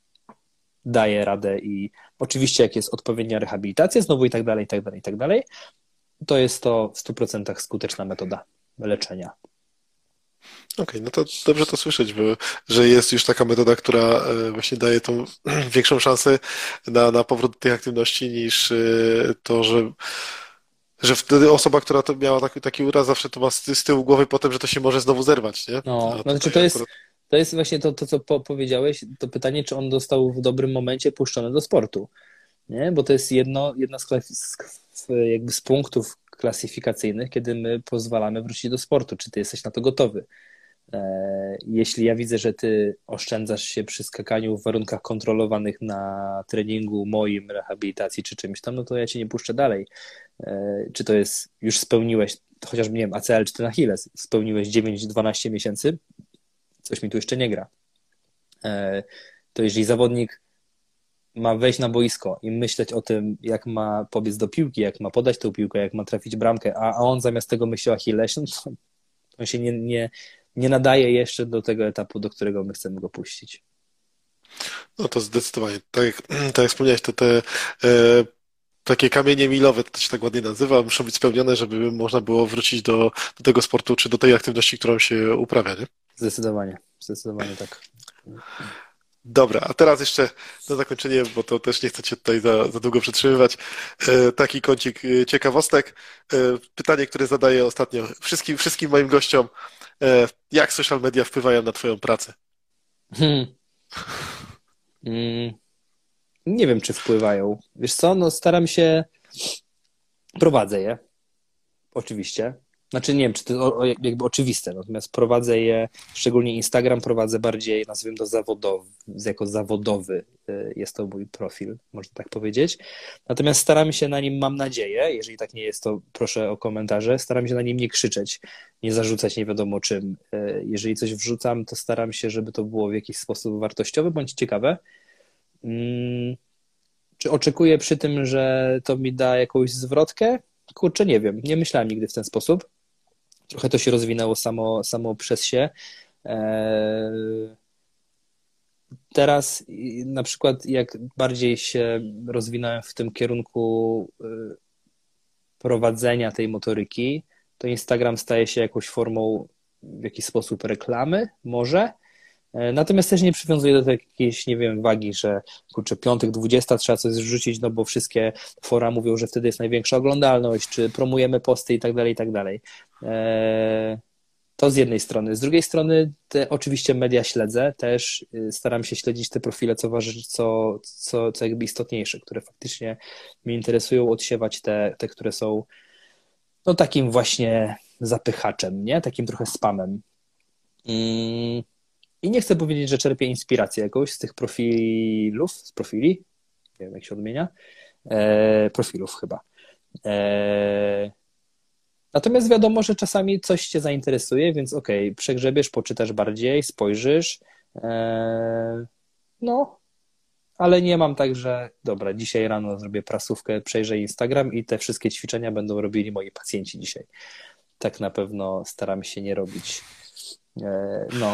S2: daje radę i oczywiście jak jest odpowiednia rehabilitacja znowu i tak dalej, i tak dalej, i tak dalej, to jest to w stu procentach skuteczna metoda leczenia.
S1: Okej, okay, no to dobrze to słyszeć, bo, że jest już taka metoda, która właśnie daje tą większą szansę na, na powrót do tych aktywności niż to, że, że wtedy osoba, która to miała taki, taki uraz, zawsze to ma z, z tyłu głowy potem, że to się może znowu zerwać, nie?
S2: No, no znaczy to jest, akurat... to jest właśnie to, to co po, powiedziałeś, to pytanie, czy on został w dobrym momencie puszczony do sportu, nie? Bo to jest jedno, jedna z, z, jakby z punktów klasyfikacyjnych, kiedy my pozwalamy wrócić do sportu, czy ty jesteś na to gotowy. Jeśli ja widzę, że ty oszczędzasz się przy skakaniu w warunkach kontrolowanych na treningu moim, rehabilitacji czy czymś tam, no to ja cię nie puszczę dalej. Czy to jest, już spełniłeś, chociażby nie wiem, A C L czy ten Achilles, spełniłeś dziewięć dwanaście miesięcy, coś mi tu jeszcze nie gra. To jeżeli zawodnik ma wejść na boisko i myśleć o tym, jak ma pobiec do piłki, jak ma podać tę piłkę, jak ma trafić bramkę, a, a on zamiast tego myśli o Achillesie, no to on się nie, nie, nie nadaje jeszcze do tego etapu, do którego my chcemy go puścić.
S1: No to zdecydowanie. Tak jak, tak jak wspomniałeś, to te e, takie kamienie milowe, to się tak ładnie nazywa, muszą być spełnione, żeby można było wrócić do, do tego sportu, czy do tej aktywności, którą się uprawia, nie?
S2: Zdecydowanie, zdecydowanie tak.
S1: Dobra, a teraz jeszcze na zakończenie, bo to też nie chcę Cię tutaj za, za długo przetrzymywać, e, taki kącik ciekawostek. E, pytanie, które zadaję ostatnio wszystkim, wszystkim moim gościom. E, jak social media wpływają na Twoją pracę?
S2: Hmm. Mm. Nie wiem, czy wpływają. Wiesz co, no staram się, prowadzę je, oczywiście. Znaczy nie wiem, czy to o- jakby oczywiste, natomiast prowadzę je, szczególnie Instagram prowadzę bardziej, nazwijmy to zawodowy, jako zawodowy y, jest to mój profil, można tak powiedzieć. Natomiast staram się na nim, mam nadzieję, jeżeli tak nie jest, to proszę o komentarze, staram się na nim nie krzyczeć, nie zarzucać nie wiadomo czym. Y, Jeżeli coś wrzucam, to staram się, żeby to było w jakiś sposób wartościowe bądź ciekawe. Mm, Czy oczekuję przy tym, że to mi da jakąś zwrotkę? Kurczę, nie wiem, nie myślałem nigdy w ten sposób. Trochę to się rozwinęło samo, samo przez się. Eee, Teraz i- na przykład jak bardziej się rozwinąłem w tym kierunku y, prowadzenia tej motoryki, to Instagram staje się jakąś formą w jakiś sposób reklamy, może. E, Natomiast też nie przywiązuję do tego jakiejś, nie wiem, wagi, że kurczę, piątek, dwudziesta trzeba coś zrzucić, no bo wszystkie fora mówią, że wtedy jest największa oglądalność, czy promujemy posty i tak dalej, i tak dalej. E, To z jednej strony. Z drugiej strony te, oczywiście media śledzę, też y, staram się śledzić te profile, co, waży, co, co, co jakby istotniejsze, które faktycznie mnie interesują, odsiewać te, te, które są no takim właśnie zapychaczem, nie? Takim trochę spamem. Mm. I nie chcę powiedzieć, że czerpię inspirację jakąś z tych profilów, z profili, nie wiem jak się odmienia, e, profilów chyba. E, Natomiast wiadomo, że czasami coś cię zainteresuje, więc okej, przegrzebiesz, poczytasz bardziej, spojrzysz, e, no, ale nie mam tak, że dobra, dzisiaj rano zrobię prasówkę, przejrzę Instagram i te wszystkie ćwiczenia będą robili moi pacjenci dzisiaj. Tak na pewno staram się nie robić. E, no,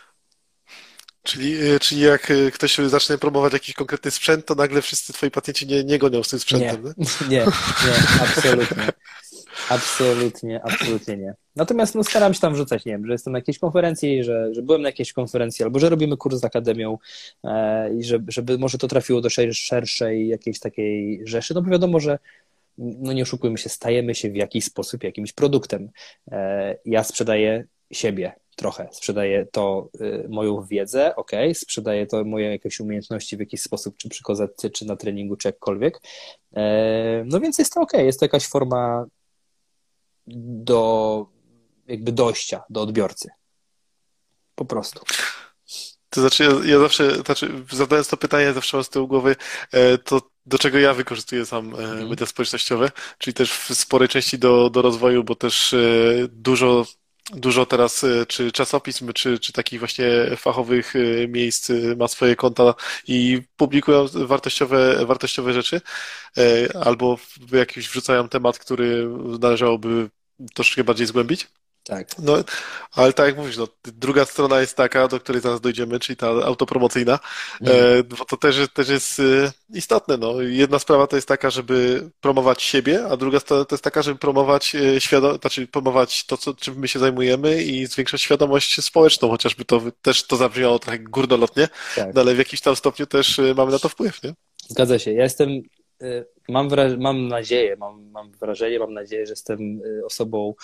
S1: Czyli, y, czyli jak y, ktoś zacznie promować jakiś konkretny sprzęt, to nagle wszyscy twoi pacjenci nie, nie gonią z tym
S2: nie,
S1: sprzętem, nie?
S2: nie, nie, absolutnie. Absolutnie, absolutnie nie. Natomiast no, staram się tam wrzucać, nie wiem, że jestem na jakiejś konferencji, że, że byłem na jakiejś konferencji, albo że robimy kurs z akademią e, i żeby, żeby może to trafiło do szer- szerszej jakiejś takiej rzeszy, no bo wiadomo, że no nie oszukujmy się, stajemy się w jakiś sposób jakimś produktem. E, ja sprzedaję siebie trochę, sprzedaję to y, moją wiedzę, ok, sprzedaję to moje jakieś umiejętności w jakiś sposób, czy przy kozetce, czy na treningu, czy jakkolwiek. E, no więc jest to ok, jest to jakaś forma do jakby dojścia do odbiorcy. Po prostu.
S1: To znaczy, ja, ja zawsze, znaczy, zadając to pytanie, zawsze mam z tyłu głowy, e, to do czego ja wykorzystuję sam e,
S2: Mhm.
S1: media społecznościowe, czyli też w sporej części do, do rozwoju, bo też e, dużo, dużo teraz, e, czy czasopism, czy, czy takich właśnie fachowych e, miejsc e, ma swoje konta i publikują wartościowe, wartościowe rzeczy, e, albo w jakiś wrzucają temat, który należałoby troszeczkę bardziej zgłębić.
S2: Tak.
S1: No, ale tak jak mówisz, no, druga strona jest taka, do której zaraz dojdziemy, czyli ta autopromocyjna,
S2: Mhm.
S1: e, bo to też, też jest e, istotne. No. Jedna sprawa to jest taka, żeby promować siebie, a druga strona to jest taka, żeby promować e, świadom, znaczy promować to, co, czym my się zajmujemy i zwiększać świadomość społeczną, chociażby to też to zabrzmiało trochę górnolotnie,
S2: Tak.
S1: no, ale w jakimś tam stopniu też e, mamy na to wpływ, nie?
S2: Zgadza się. Ja jestem, y, mam, wra- mam nadzieję, mam, mam wrażenie, mam nadzieję, że jestem y, osobą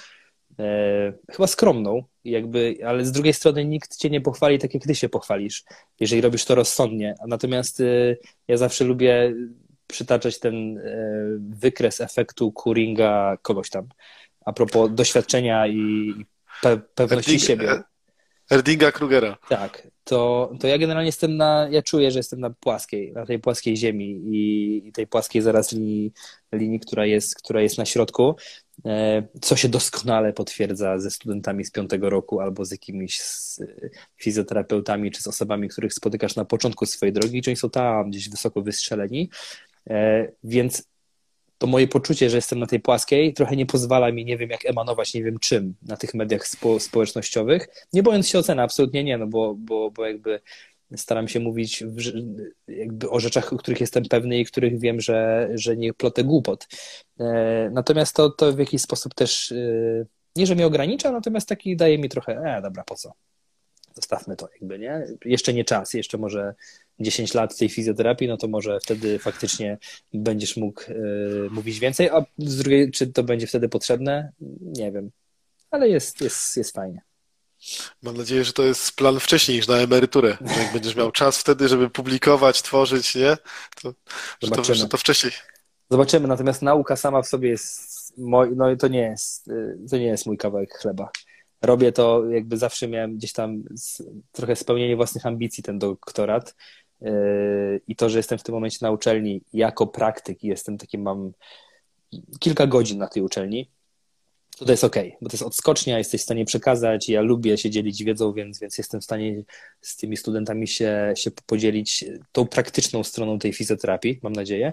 S2: e, chyba skromną, i jakby, ale z drugiej strony nikt cię nie pochwali tak, jak ty się pochwalisz, jeżeli robisz to rozsądnie. A Natomiast y, ja zawsze lubię przytaczać ten e, wykres efektu Turinga kogoś tam, a propos doświadczenia i pe- pewności
S1: Erding,
S2: siebie.
S1: e, Erdinga Krugera.
S2: Tak, to, to ja generalnie jestem na, ja czuję, że jestem na płaskiej, na tej płaskiej ziemi i, i tej płaskiej zaraz linii, linii, która jest, która jest na środku, e, co się doskonale potwierdza ze studentami z piątego roku albo z jakimiś z, e, fizjoterapeutami czy z osobami, których spotykasz na początku swojej drogi, czy oni są tam gdzieś wysoko wystrzeleni, e, więc to moje poczucie, że jestem na tej płaskiej, trochę nie pozwala mi, nie wiem jak emanować, nie wiem czym na tych mediach spo, społecznościowych, nie bojąc się oceny, absolutnie nie, no bo, bo, bo jakby staram się mówić w, jakby o rzeczach, o których jestem pewny i których wiem, że, że nie plotę głupot. E, natomiast to, to w jakiś sposób też, e, nie że mnie ogranicza, natomiast taki daje mi trochę, e, dobra, po co? Zostawmy to jakby, nie? Jeszcze nie czas, jeszcze może dziesięć lat tej fizjoterapii, no to może wtedy faktycznie będziesz mógł y, mówić więcej, a z drugiej, czy to będzie wtedy potrzebne? Nie wiem, ale jest, jest, jest fajnie.
S1: Mam nadzieję, że to jest plan wcześniej niż na emeryturę, że jak będziesz miał czas wtedy, żeby publikować, tworzyć, nie? To, że to, że
S2: Zobaczymy.
S1: to wcześniej.
S2: Zobaczymy, natomiast nauka sama w sobie jest Moj, no i to nie jest, y, to nie jest mój kawałek chleba. Robię to, jakby zawsze miałem gdzieś tam z, trochę spełnienie własnych ambicji, ten doktorat. Yy, I to, że jestem w tym momencie na uczelni jako praktyk i jestem takim, mam kilka godzin na tej uczelni, to to jest okej, bo to jest odskocznia, jesteś w stanie przekazać, ja lubię się dzielić wiedzą, więc, więc jestem w stanie z tymi studentami się, się podzielić tą praktyczną stroną tej fizjoterapii, mam nadzieję.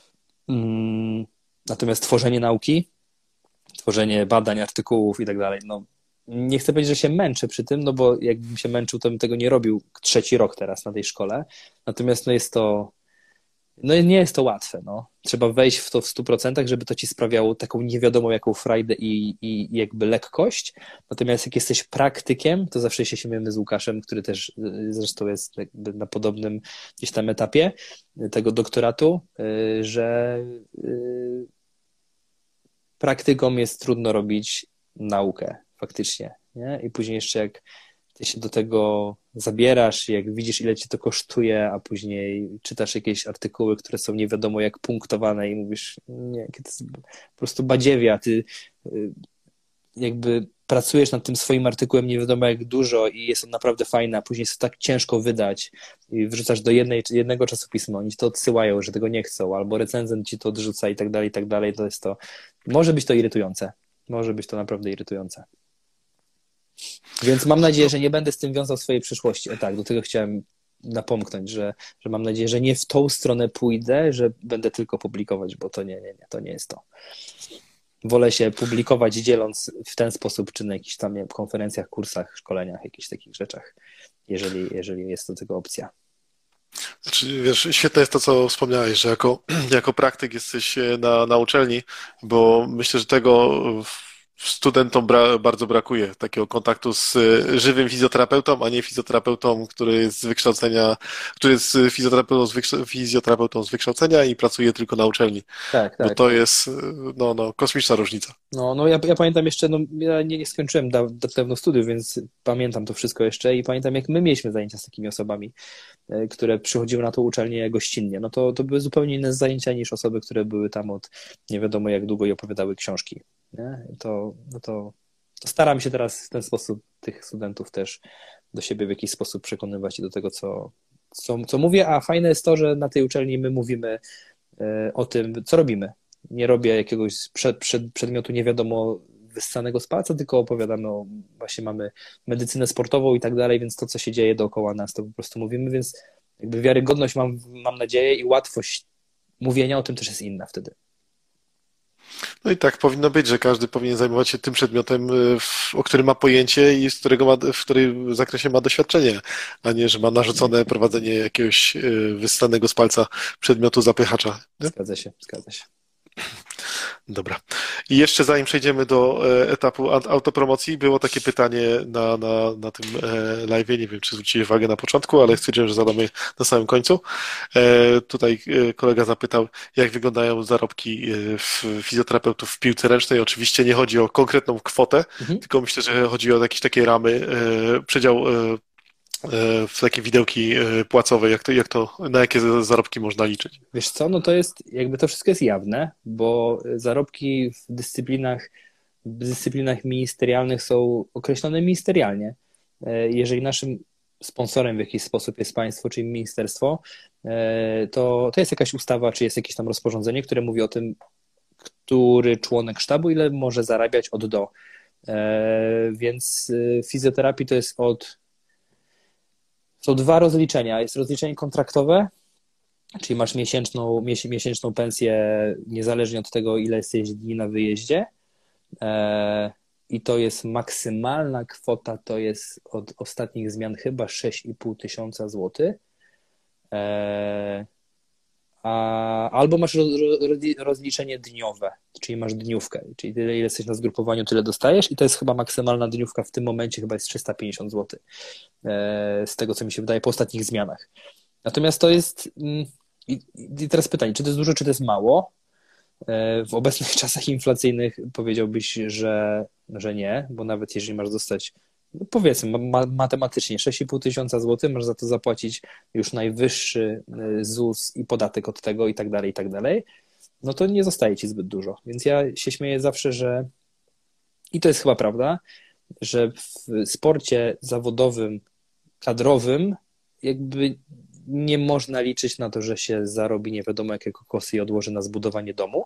S2: Mm, natomiast tworzenie nauki, tworzenie badań, artykułów i tak dalej, no nie chcę powiedzieć, że się męczę przy tym, no bo jakbym się męczył, to bym tego nie robił trzeci rok teraz na tej szkole. Natomiast no jest to, no nie jest to łatwe, no. Trzeba wejść w to w stu procentach, żeby to ci sprawiało taką niewiadomą jaką frajdę i, i jakby lekkość. Natomiast jak jesteś praktykiem, to zawsze się śmiejemy z Łukaszem, który też y, zresztą jest jakby na podobnym gdzieś tam etapie tego doktoratu, y, że y, praktykom jest trudno robić naukę faktycznie, nie? I później jeszcze jak ty się do tego zabierasz, jak widzisz, ile ci to kosztuje, a później czytasz jakieś artykuły, które są nie wiadomo jak punktowane i mówisz, nie, jakie to jest po prostu badziewia, ty y, jakby pracujesz nad tym swoim artykułem nie wiadomo jak dużo i jest on naprawdę fajny, a później jest to tak ciężko wydać i wrzucasz do jednej, jednego czasopisma, oni ci to odsyłają, że tego nie chcą, albo recenzent ci to odrzuca i tak dalej, i tak dalej, to jest to, może być to irytujące, może być to naprawdę irytujące. Więc mam nadzieję, że nie będę z tym wiązał swojej przyszłości. O tak, do tego chciałem napomknąć, że, że mam nadzieję, że nie w tą stronę pójdę, że będę tylko publikować, bo to nie, nie, nie, to nie jest to. Wolę się publikować dzieląc w ten sposób, czy na jakichś tam nie wiem, konferencjach, kursach, szkoleniach, jakichś takich rzeczach, jeżeli, jeżeli jest do tego opcja.
S1: Znaczy, wiesz, świetne jest to, co wspomniałeś, że jako, jako praktyk jesteś na, na uczelni, bo myślę, że tego studentom bra bardzo brakuje, takiego kontaktu z żywym fizjoterapeutą, a nie fizjoterapeutą, który jest z wykształcenia, który jest fizjoterapeutą z, wykształ fizjoterapeutą z wykształcenia i pracuje tylko na uczelni.
S2: Tak, tak.
S1: Bo to jest no, no, kosmiczna różnica.
S2: No, no ja, ja pamiętam jeszcze, no ja nie, nie skończyłem da, da, dawno studiów, więc pamiętam to wszystko jeszcze i pamiętam, jak my mieliśmy zajęcia z takimi osobami, które przychodziły na tą uczelnię gościnnie. No to, to były zupełnie inne zajęcia niż osoby, które były tam od nie wiadomo jak długo i opowiadały książki. Nie? To, no to, to staram się teraz w ten sposób tych studentów też do siebie w jakiś sposób przekonywać i do tego, co, co, co mówię, a fajne jest to, że na tej uczelni my mówimy o tym, co robimy. Nie robię jakiegoś przed, przed, przedmiotu nie wiadomo wyssanego z palca, tylko opowiadamy o, właśnie mamy medycynę sportową i tak dalej, więc to, co się dzieje dookoła nas, to po prostu mówimy, więc jakby wiarygodność mam, mam nadzieję i łatwość mówienia o tym też jest inna wtedy.
S1: No i tak powinno być, że każdy powinien zajmować się tym przedmiotem, o którym ma pojęcie i z którego ma, w którym zakresie ma doświadczenie, a nie, że ma narzucone prowadzenie jakiegoś wyssanego z palca przedmiotu zapychacza. Nie?
S2: Zgadza się, zgadza się.
S1: Dobra. I jeszcze zanim przejdziemy do etapu autopromocji, było takie pytanie na, na, na tym live, nie wiem, czy zwróciłeś uwagę na początku, ale stwierdziłem, że zadamy na samym końcu. Tutaj kolega zapytał, jak wyglądają zarobki fizjoterapeutów w piłce ręcznej. Oczywiście nie chodzi o konkretną kwotę, mhm. tylko myślę, że chodzi o jakieś takie ramy, przedział w takie widełki płacowe, jak to, jak to, na jakie zarobki można liczyć?
S2: Wiesz co, no to jest, jakby to wszystko jest jawne, bo zarobki w dyscyplinach, w dyscyplinach ministerialnych są określone ministerialnie. Jeżeli naszym sponsorem w jakiś sposób jest państwo, czyli ministerstwo, to, to jest jakaś ustawa, czy jest jakieś tam rozporządzenie, które mówi o tym, który członek sztabu ile może zarabiać od do. Więc w fizjoterapii to jest od Są dwa rozliczenia. Jest rozliczenie kontraktowe, czyli masz miesięczną, miesięczną pensję niezależnie od tego, ile jesteś dni na wyjeździe. I to jest maksymalna kwota, to jest od ostatnich zmian chyba sześć i pół tysiąca złotych. A, albo masz roz, rozliczenie dniowe, czyli masz dniówkę, czyli tyle, ile jesteś na zgrupowaniu, tyle dostajesz i to jest chyba maksymalna dniówka w tym momencie, chyba jest trzysta pięćdziesiąt złotych, z tego, co mi się wydaje po ostatnich zmianach. Natomiast to jest, i, i teraz pytanie, czy to jest dużo, czy to jest mało? W obecnych czasach inflacyjnych powiedziałbyś, że, że nie, bo nawet jeżeli masz dostać, no powiedzmy ma, matematycznie sześć i pół tysiąca złotych, masz za to zapłacić już najwyższy Z U S i podatek od tego i tak dalej, i tak dalej. no to nie zostaje ci zbyt dużo. Więc ja się śmieję zawsze, że i to jest chyba prawda, że w sporcie zawodowym, kadrowym jakby nie można liczyć na to, że się zarobi nie wiadomo jakie kokosy i odłoży na zbudowanie domu,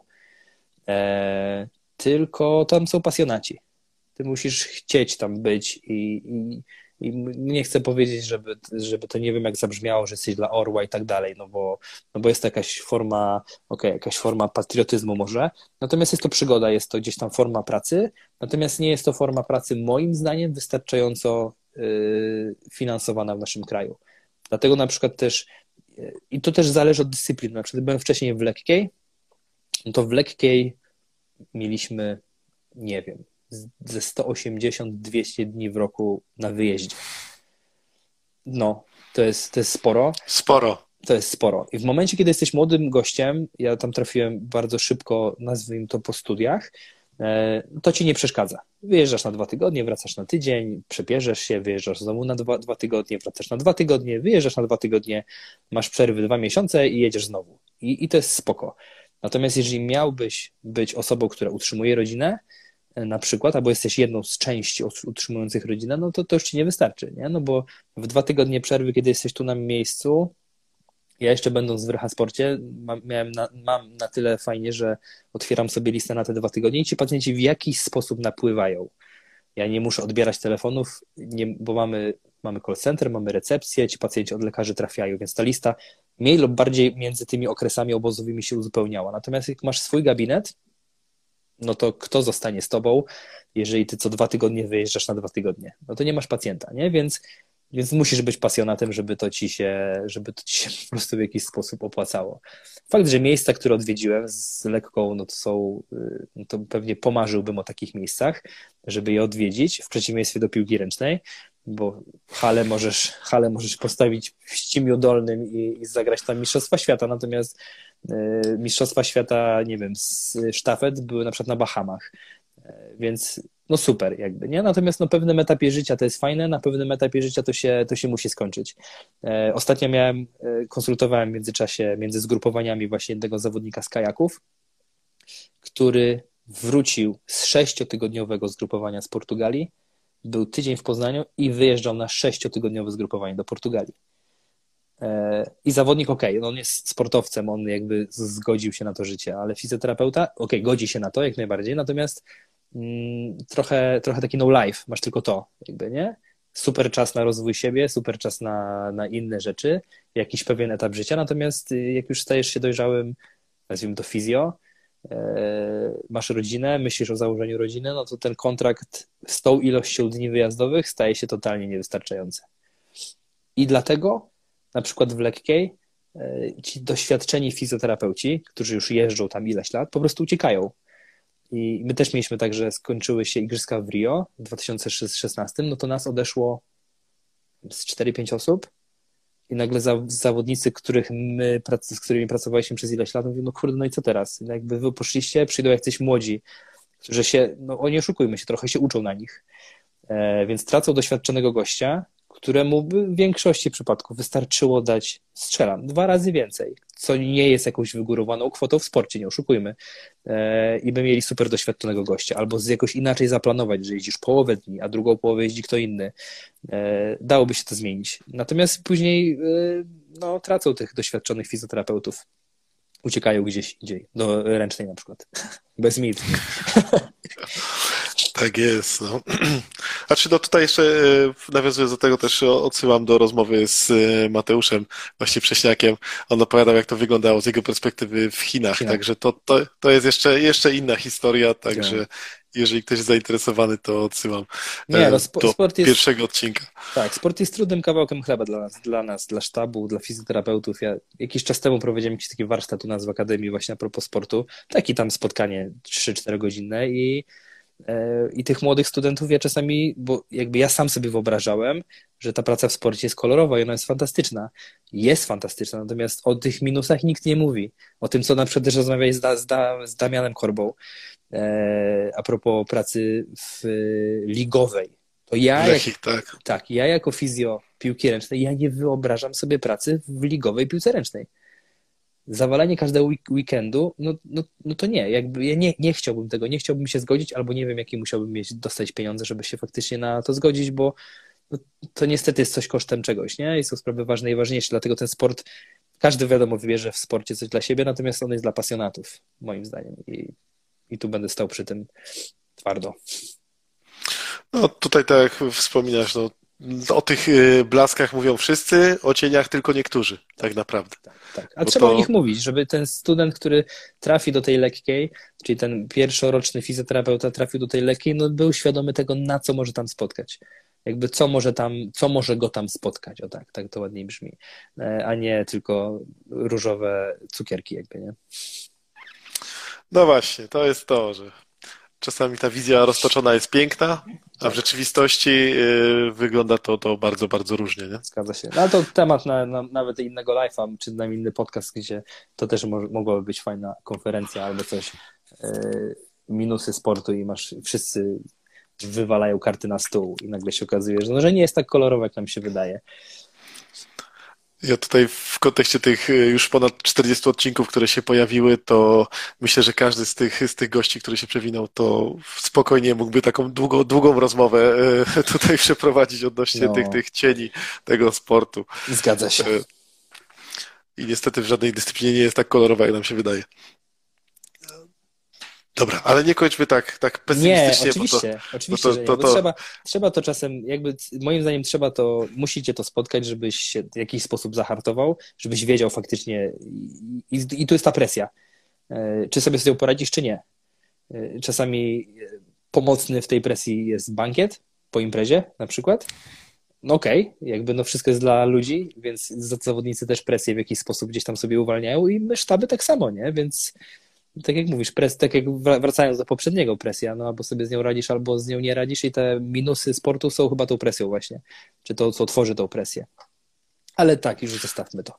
S2: e, tylko tam są pasjonaci. Ty musisz chcieć tam być i, i, i nie chcę powiedzieć, żeby, żeby to nie wiem jak zabrzmiało, że jesteś dla orła i tak dalej, no bo, no bo jest to jakaś forma, okej, jakaś forma patriotyzmu może, natomiast jest to przygoda, jest to gdzieś tam forma pracy, natomiast nie jest to forma pracy moim zdaniem wystarczająco y, finansowana w naszym kraju. Dlatego na przykład też, y, i to też zależy od dyscyplin, na przykład byłem wcześniej w lekkiej, no to w lekkiej mieliśmy, nie wiem, ze sto osiemdziesiąt do dwustu dni w roku na wyjeździe. No, to jest, to jest sporo.
S1: Sporo.
S2: To jest sporo. I w momencie, kiedy jesteś młodym gościem, ja tam trafiłem bardzo szybko, nazwijmy to po studiach, to ci nie przeszkadza. Wyjeżdżasz na dwa tygodnie, wracasz na tydzień, przebierzesz się, wyjeżdżasz znowu na dwa, dwa tygodnie, wracasz na dwa tygodnie, wyjeżdżasz na dwa tygodnie, masz przerwy dwa miesiące i jedziesz znowu. I, i to jest spoko. Natomiast jeżeli miałbyś być osobą, która utrzymuje rodzinę, na przykład, albo jesteś jedną z części utrzymujących rodzinę, no to to już ci nie wystarczy, nie? No bo w dwa tygodnie przerwy, kiedy jesteś tu na miejscu, ja jeszcze będąc w Rehasporcie, mam, miałem na, mam na tyle fajnie, że otwieram sobie listę na te dwa tygodnie i ci pacjenci w jakiś sposób napływają. Ja nie muszę odbierać telefonów, nie, bo mamy, mamy call center, mamy recepcję, ci pacjenci od lekarzy trafiają, więc ta lista mniej lub bardziej między tymi okresami obozowymi się uzupełniała. Natomiast jak masz swój gabinet, no to kto zostanie z tobą, jeżeli ty co dwa tygodnie wyjeżdżasz na dwa tygodnie? No to nie masz pacjenta, nie? Więc, więc musisz być pasjonatem, żeby to ci się, żeby to ci się po prostu w jakiś sposób opłacało. Fakt, że miejsca, które odwiedziłem z lekką, no to są, no to pewnie pomarzyłbym o takich miejscach, żeby je odwiedzić, w przeciwieństwie do piłki ręcznej, bo halę możesz, halę możesz postawić w Ścimiu Dolnym i, i zagrać tam Mistrzostwa Świata, natomiast y, Mistrzostwa Świata, nie wiem, z sztafet były na przykład na Bahamach, y, więc no super jakby, nie? Natomiast na pewnym etapie życia to jest fajne, na pewnym etapie życia to się, to się musi skończyć. Y, ostatnio miałem, y, konsultowałem w międzyczasie między zgrupowaniami właśnie jednego zawodnika z kajaków, który wrócił z sześciotygodniowego zgrupowania z Portugalii, był tydzień w Poznaniu i wyjeżdżał na sześciotygodniowe zgrupowanie do Portugalii. I zawodnik, okej, okay, no on jest sportowcem, on jakby zgodził się na to życie, ale fizjoterapeuta, okej, okay, godzi się na to jak najbardziej, natomiast mm, trochę, trochę taki no life, masz tylko to, jakby, nie? Super czas na rozwój siebie, super czas na, na inne rzeczy, jakiś pewien etap życia, natomiast jak już stajesz się dojrzałym, nazwijmy to fizjo, masz rodzinę, myślisz o założeniu rodziny, no to ten kontrakt z tą ilością dni wyjazdowych staje się totalnie niewystarczający. I dlatego na przykład w lekkiej ci doświadczeni fizjoterapeuci, którzy już jeżdżą tam ileś lat, po prostu uciekają. I my też mieliśmy tak, że skończyły się igrzyska w Rio w dwa tysiące szesnastym, no to nas odeszło z cztery pięć osób i nagle zawodnicy, których my, z którymi pracowaliśmy przez ileś lat, mówią, no kurde, no i co teraz? No jakby wy poszliście, przyjdą jacyś młodzi, którzy się, no oni oszukujmy się, trochę się uczą na nich, e, więc tracą doświadczonego gościa, któremu by w większości przypadków wystarczyło dać, strzelam, dwa razy więcej, co nie jest jakąś wygórowaną kwotą w sporcie, nie oszukujmy, e, i by mieli super doświadczonego gościa, albo z jakoś inaczej zaplanować, że jeździsz połowę dni, a drugą połowę jeździ kto inny. E, dałoby się to zmienić. Natomiast później e, no, tracą tych doświadczonych fizjoterapeutów. Uciekają gdzieś indziej, do ręcznej na przykład. Bez mit.
S1: Tak jest. No. Znaczy, no tutaj jeszcze nawiązując do tego, też odsyłam do rozmowy z Mateuszem, właśnie Prześniakiem. On opowiadał, jak to wyglądało z jego perspektywy w Chinach, China. Także to, to, to jest jeszcze, jeszcze inna historia, także ja. Jeżeli ktoś jest zainteresowany, to odsyłam Nie, no, spo, do sport jest, pierwszego odcinka.
S2: Tak, sport jest trudnym kawałkiem chleba dla nas, dla nas, dla sztabu, dla fizjoterapeutów. Ja jakiś czas temu prowadziłem jakiś taki warsztat u nas w Akademii właśnie a propos sportu. Takie tam spotkanie trzy cztery godzinne i I tych młodych studentów ja czasami, bo jakby ja sam sobie wyobrażałem, że ta praca w sporcie jest kolorowa i ona jest fantastyczna. Jest fantastyczna, natomiast o tych minusach nikt nie mówi. O tym, co na przykład też rozmawiałeś z, da, z, da, z Damianem Korbą e, a propos pracy w ligowej. To ja,
S1: Lechik,
S2: jak,
S1: tak.
S2: tak, ja jako fizjo piłki ręcznej, ja nie wyobrażam sobie pracy w ligowej piłce ręcznej. zawalanie każdego week- weekendu, no, no, no to nie, jakby ja nie, nie chciałbym tego, nie chciałbym się zgodzić, albo nie wiem, jakie musiałbym mieć, dostać pieniądze, żeby się faktycznie na to zgodzić, bo no, to niestety jest coś kosztem czegoś, nie? I są sprawy ważne i ważniejsze, dlatego ten sport, każdy wiadomo wybierze w sporcie coś dla siebie, natomiast on jest dla pasjonatów, moim zdaniem. I, i tu będę stał przy tym twardo.
S1: No tutaj tak jak wspominasz, no, o tych y, blaskach mówią wszyscy, o cieniach tylko niektórzy, tak naprawdę.
S2: Tak, tak. A
S1: Bo
S2: trzeba o
S1: to
S2: nich mówić, żeby ten student, który trafi do tej lekkiej, czyli ten pierwszoroczny fizjoterapeuta trafił do tej lekkiej, no był świadomy tego, na co może tam spotkać. Jakby co może tam, co może go tam spotkać, o tak, tak to ładniej brzmi, E, a nie tylko różowe cukierki jakby, nie?
S1: no właśnie, to jest to, że czasami ta wizja roztoczona jest piękna, a w
S2: Tak,
S1: rzeczywistości y, wygląda to, to bardzo, bardzo różnie, nie?
S2: zgadza się. No ale to temat na, na nawet innego live'a, czy na inny podcast, gdzie to też mo mogłaby być fajna konferencja albo coś. E, minusy sportu i masz wszyscy wywalają karty na stół i nagle się okazuje, że, no, że nie jest tak kolorowo, jak nam się wydaje.
S1: Ja tutaj w kontekście tych y, już ponad czterdziestu odcinków, które się pojawiły, to myślę, że każdy z tych, z tych gości, który się przewinął, to spokojnie mógłby taką długą, długą rozmowę y, tutaj przeprowadzić odnośnie tych,
S2: No,
S1: tych cieni tego sportu.
S2: zgadza się.
S1: Y, I niestety w żadnej dyscyplinie nie jest tak kolorowa, jak nam się wydaje. Dobra, ale nie kończmy tak, tak
S2: Nie,
S1: pesymistycznie, bo to,
S2: oczywiście,
S1: bo
S2: oczywiście,
S1: to,
S2: że nie,
S1: to,
S2: bo
S1: to
S2: trzeba, trzeba to czasem, jakby moim zdaniem trzeba to, musicie to spotkać, żebyś się w jakiś sposób zahartował, żebyś wiedział faktycznie i, i, i tu jest ta presja, E, czy sobie z nią poradzisz, czy nie. E, Czasami e, pomocny w tej presji jest bankiet po imprezie na przykład. No okej, jakby no wszystko jest dla ludzi, więc za- zawodnicy też presję w jakiś sposób gdzieś tam sobie uwalniają i my sztaby tak samo, nie? Więc tak jak mówisz, pres, tak jak wra- wracając do poprzedniego, presja, no albo sobie z nią radzisz, albo z nią nie radzisz i te minusy sportu są chyba tą presją właśnie, czy to, co tworzy tą presję. Ale tak, już zostawmy to.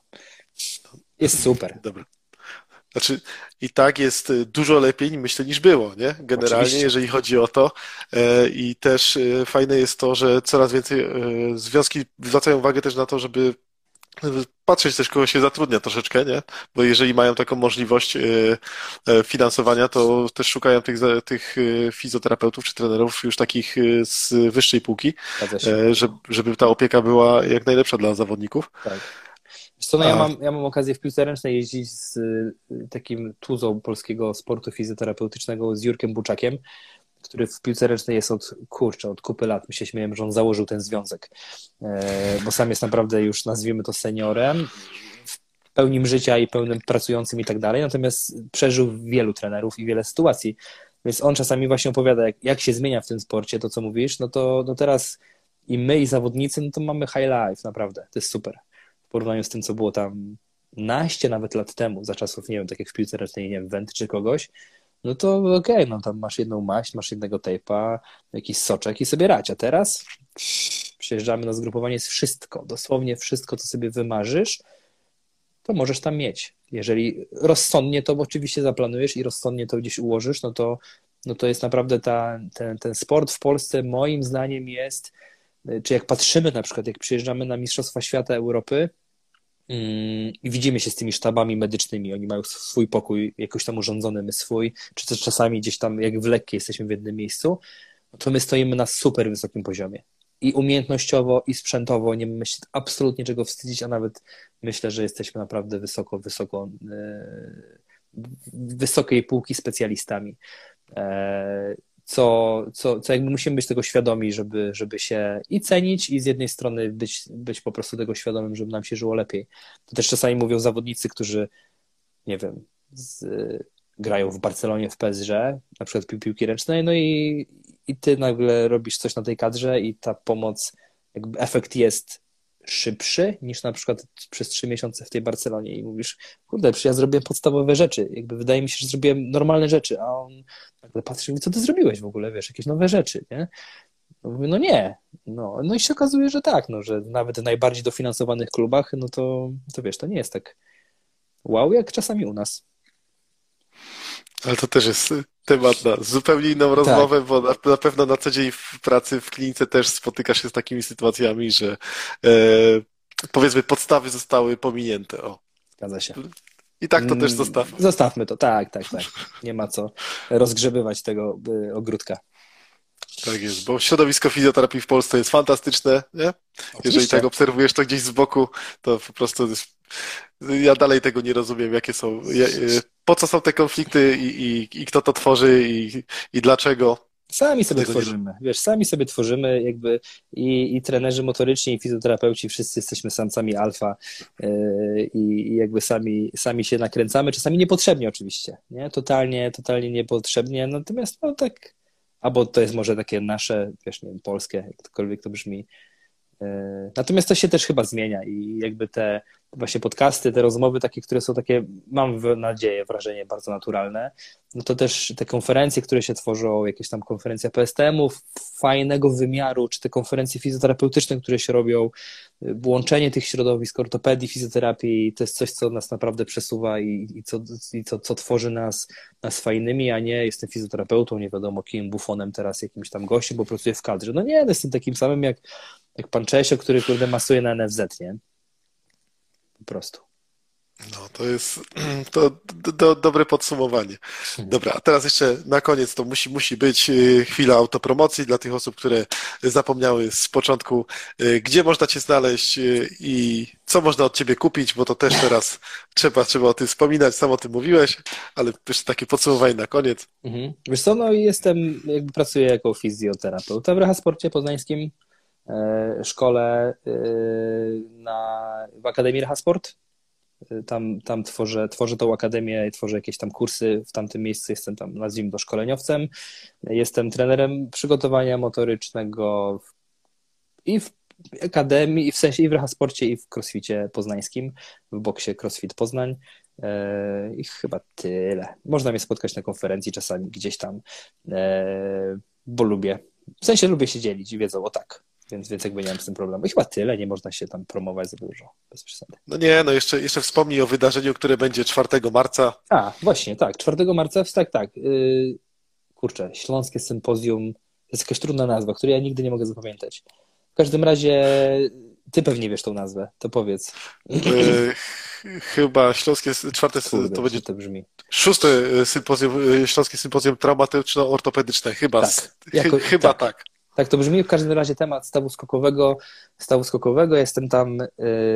S2: Jest super.
S1: dobra. Znaczy, i tak jest y, dużo lepiej, myślę, niż było, nie? Generalnie,
S2: Oczywiście.
S1: jeżeli chodzi o to. E, I też y, fajne jest to, że coraz więcej y, związki zwracają uwagę też na to, żeby y, patrzeć też, kogo się zatrudnia troszeczkę, nie? Bo jeżeli mają taką możliwość y, e, finansowania, to też szukają tych, za- tych y, fizjoterapeutów czy trenerów już takich y, z wyższej półki,
S2: Zgadza się.
S1: e, żeby, żeby ta opieka była jak najlepsza dla zawodników.
S2: Tak. Wiesz co, no ja
S1: A
S2: mam, ja mam okazję w piłce ręcznej jeździć z y, takim tuzą polskiego sportu fizjoterapeutycznego, z Jurkiem Buczakiem, który w piłce ręcznej jest od, kurczę, od kupy lat. My się śmiejemy, że on założył ten związek, e, bo sam jest naprawdę już, nazwijmy to, seniorem, pełnym życia i pełnym pracującym i tak dalej, natomiast przeżył wielu trenerów i wiele sytuacji. Więc on czasami właśnie opowiada, jak, jak się zmienia w tym sporcie, to co mówisz, no to no teraz i my, i zawodnicy, no to mamy high life, naprawdę. To jest super. W porównaniu z tym, co było tam naście nawet lat temu, za czasów, nie wiem, tak jak w piłce ręcznej, nie wiem, Wenty czy kogoś, no to okej, no tam masz jedną maść, masz jednego tejpa, jakiś soczek i sobie radź. A teraz przyjeżdżamy na zgrupowanie, jest wszystko, dosłownie wszystko, co sobie wymarzysz, to możesz tam mieć. Jeżeli rozsądnie to oczywiście zaplanujesz i rozsądnie to gdzieś ułożysz, no to, no to jest naprawdę ta, ten, ten sport w Polsce moim zdaniem jest, czy jak patrzymy na przykład, jak przyjeżdżamy na Mistrzostwa Świata Europy mm, i widzimy się z tymi sztabami medycznymi, oni mają swój pokój jakoś tam urządzony, my swój, czy też czasami gdzieś tam jak w lekkie jesteśmy w jednym miejscu, no to my stoimy na super wysokim poziomie. I umiejętnościowo, i sprzętowo nie mamy się absolutnie czego wstydzić, a nawet myślę, że jesteśmy naprawdę wysoko, wysoko, e, wysokiej półki specjalistami. E, co, co, co jakby musimy być tego świadomi, żeby, żeby się i cenić, i z jednej strony być, być po prostu tego świadomym, żeby nam się żyło lepiej. To też czasami mówią zawodnicy, którzy, nie wiem, z, grają w Barcelonie, w P S G, na przykład pi piłki ręcznej, no i, i ty nagle robisz coś na tej kadrze i ta pomoc, jakby efekt jest szybszy niż na przykład przez trzy miesiące w tej Barcelonie i mówisz, kurde, przecież ja zrobiłem podstawowe rzeczy, jakby wydaje mi się, że zrobiłem normalne rzeczy, a on nagle patrzy i mówi, co ty zrobiłeś w ogóle, wiesz, jakieś nowe rzeczy, nie? No, mówię, no nie, no, no i się okazuje, że tak, no, że nawet w najbardziej dofinansowanych klubach, no to, to wiesz, to nie jest tak wow, jak czasami u nas.
S1: Ale to też jest temat na zupełnie inną
S2: Tak,
S1: rozmowę, bo na, na pewno na co dzień w pracy w klinice też spotykasz się z takimi sytuacjami, że e, powiedzmy podstawy zostały pominięte. O.
S2: zgadza się.
S1: I tak to też
S2: Mm,
S1: zostaw.
S2: Zostawmy to, tak, tak, tak. Nie ma co rozgrzebywać tego y, ogródka.
S1: Tak jest, bo środowisko fizjoterapii w Polsce jest fantastyczne, nie? Jeżeli tak
S2: Oczywiście.
S1: obserwujesz to gdzieś z boku, to po prostu jest, ja dalej tego nie rozumiem, jakie są, je- e, po co są te konflikty i, i, i kto to tworzy i, i dlaczego.
S2: Sami sobie
S1: Tego nie
S2: tworzymy, wiesz, sami sobie tworzymy jakby i, i trenerzy motoryczni, i fizjoterapeuci, wszyscy jesteśmy samcami alfa yy, i, i jakby sami, sami się nakręcamy, czasami niepotrzebnie oczywiście, nie? Totalnie, totalnie niepotrzebnie, natomiast no tak, albo to jest może takie nasze, wiesz, nie wiem, polskie, jakkolwiek to brzmi. Yy, Natomiast to się też chyba zmienia i jakby te właśnie podcasty, te rozmowy takie, które są takie, mam w- nadzieję, wrażenie bardzo naturalne, no to też te konferencje, które się tworzą, jakieś tam konferencja P S T M-ów fajnego wymiaru, czy te konferencje fizjoterapeutyczne, które się robią, yy, łączenie tych środowisk, ortopedii, fizjoterapii, to jest coś, co nas naprawdę przesuwa i, i, co, i co, co tworzy nas, nas fajnymi, a nie jestem fizjoterapeutą, nie wiadomo kim, bufonem teraz, jakimś tam gościem, bo pracuję w kadrze. No nie, no jestem takim samym jak jak pan Czesio, który kurde masuje na N F Z, nie? Po prostu.
S1: No, to jest to, do, do, dobre podsumowanie.
S2: Mhm.
S1: Dobra, a teraz jeszcze na koniec to musi, musi być y, chwila autopromocji dla tych osób, które zapomniały z początku, y, gdzie można Cię znaleźć y, i co można od Ciebie kupić, bo to też teraz trzeba, trzeba o tym wspominać, sam o tym mówiłeś, ale jeszcze takie podsumowanie na koniec.
S2: Mhm. Wiesz co, no i jestem, jakby pracuję jako fizjoterapeuta w Rehasporcie Poznańskim, e, szkole e, na, w Akademii Rehasport. E, Tam, tam tworzę, tworzę tą akademię i tworzę jakieś tam kursy w tamtym miejscu. Jestem tam, nazwijmy to, szkoleniowcem. Jestem trenerem przygotowania motorycznego w i w akademii, i w sensie i w Rehasporcie, i w CrossFicie poznańskim, w boksie CrossFit Poznań. E, I chyba tyle. Można mnie spotkać na konferencji czasami gdzieś tam, e, bo lubię. W sensie lubię się dzielić i wiedzą, o tak. Więc, więc jakby nie mam z tym problemu. I chyba tyle, nie można się tam promować za dużo, bez przesady.
S1: No nie, no jeszcze, jeszcze wspomnij o wydarzeniu, które będzie czwartego marca.
S2: A, właśnie, tak, czwartego marca, tak, tak. Yy, kurczę, Śląskie Sympozjum, to jest jakaś trudna nazwa, której ja nigdy nie mogę zapamiętać. W każdym razie ty pewnie wiesz tą nazwę, to powiedz.
S1: Y, ch- chyba Śląskie, czwarte, to
S2: Kurde,
S1: będzie
S2: że to brzmi.
S1: szóste y, sympozjum, y, Śląskie Sympozjum Traumatyczno-Ortopedyczne, chyba,
S2: Tak,
S1: z- chy,
S2: jako,
S1: chyba
S2: tak,
S1: tak.
S2: tak to brzmi. W każdym razie temat stawu skokowego, stawu skokowego. Jestem tam yy,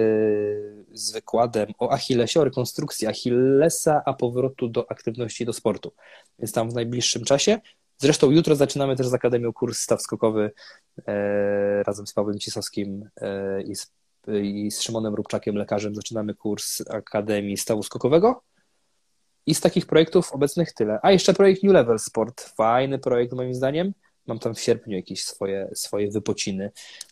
S2: z wykładem o Achillesie, o rekonstrukcji Achillesa, a powrotu do aktywności, do sportu. Więc tam w najbliższym czasie. Zresztą jutro zaczynamy też z Akademią kurs staw skokowy e, razem z Pawłem Cisowskim e, i, z, i z Szymonem Rubczakiem, lekarzem. Zaczynamy kurs Akademii stawu skokowego. I z takich projektów obecnych tyle. A jeszcze projekt New Level Sport. Fajny projekt moim zdaniem. Mam tam w sierpniu jakieś swoje, swoje wypociny.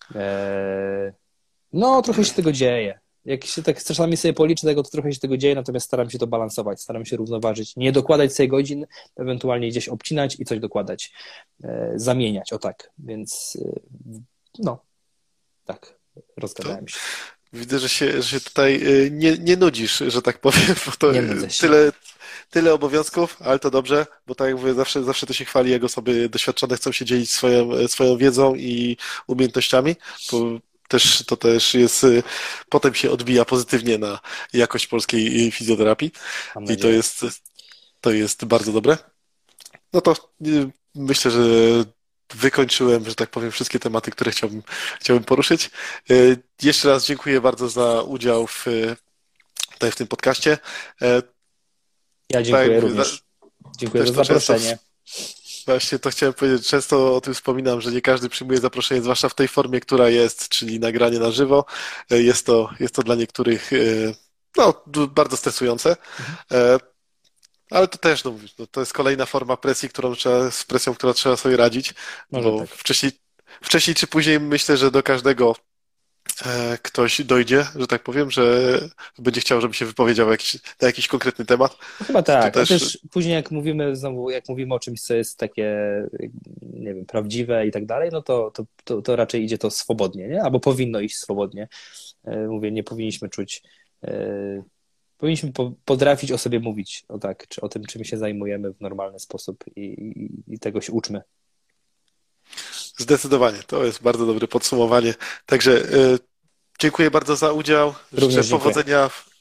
S2: E, no, trochę się tego dzieje. Jak się tak czasami sobie policzę tego, to trochę się tego dzieje, natomiast staram się to balansować, staram się równoważyć, nie dokładać sobie godzin, ewentualnie gdzieś obcinać i coś dokładać, e, zamieniać, o tak. Więc e, no, tak,
S1: To
S2: rozgadałem się.
S1: widzę, że się, że się tutaj y, nie, nie nudzisz, że tak powiem, bo to
S2: Nie
S1: y,
S2: nudzę się.
S1: tyle, tyle obowiązków, ale to dobrze, bo tak jak mówię, zawsze, zawsze to się chwali, jak osoby doświadczone chcą się dzielić swoją, swoją wiedzą i umiejętnościami, bo też, to też jest, y, potem się odbija pozytywnie na jakość polskiej y, fizjoterapii
S2: Mam
S1: i to
S2: nadzieję.
S1: jest, to jest bardzo dobre. No to y, myślę, że wykończyłem, że tak powiem, wszystkie tematy, które chciałbym, chciałbym poruszyć. Y, Jeszcze raz dziękuję bardzo za udział w, y, tutaj w tym podcaście. E,
S2: Ja
S1: Tak jak
S2: dziękuję
S1: mówię, za-
S2: również. Dziękuję
S1: też
S2: za
S1: to często
S2: zaproszenie.
S1: właśnie to chciałem powiedzieć, często o tym wspominam, że nie każdy przyjmuje zaproszenie, zwłaszcza w tej formie, która jest, czyli nagranie na żywo. E, Jest to, jest to dla niektórych e, no, d- bardzo stresujące.
S2: Mhm.
S1: E, Ale to też, no, mówisz, no, to jest kolejna forma presji, którą trzeba, z presją, którą trzeba sobie radzić,
S2: Może
S1: bo
S2: tak.
S1: wcześniej, wcześniej czy później myślę, że do każdego e, ktoś dojdzie, że tak powiem, że będzie chciał, żeby się wypowiedział jakiś, na jakiś konkretny temat.
S2: No chyba
S1: To
S2: tak, a
S1: też,
S2: też później jak mówimy znowu, jak mówimy o czymś, co jest takie, nie wiem, prawdziwe i tak dalej, no to, to, to, to raczej idzie to swobodnie, nie? Albo powinno iść swobodnie. E, Mówię, nie powinniśmy czuć, e, powinniśmy po, potrafić o sobie mówić, o tak, czy o tym, czym się zajmujemy w normalny sposób i, i, i tego się uczmy.
S1: zdecydowanie, to jest bardzo dobre podsumowanie. Także e, dziękuję bardzo za udział. Życzę
S2: Również dziękuję.
S1: powodzenia,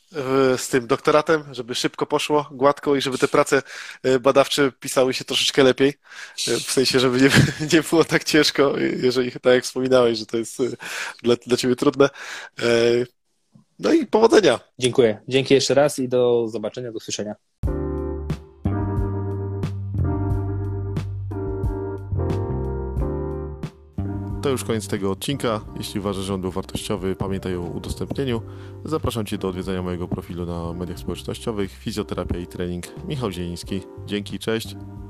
S1: e, z tym doktoratem, żeby szybko poszło, gładko i żeby te prace e, badawcze pisały się troszeczkę lepiej. E, W sensie, żeby nie, nie było tak ciężko, jeżeli tak jak wspominałeś, że to jest e, dla, dla ciebie trudne. E, No i powodzenia.
S2: Dziękuję. Dzięki jeszcze raz i do zobaczenia, do usłyszenia.
S3: To już koniec tego odcinka. Jeśli uważasz, że on był wartościowy, pamiętaj o udostępnieniu. Zapraszam Cię do odwiedzenia mojego profilu na mediach społecznościowych Fizjoterapia i Trening Michał Zieliński. Dzięki, cześć.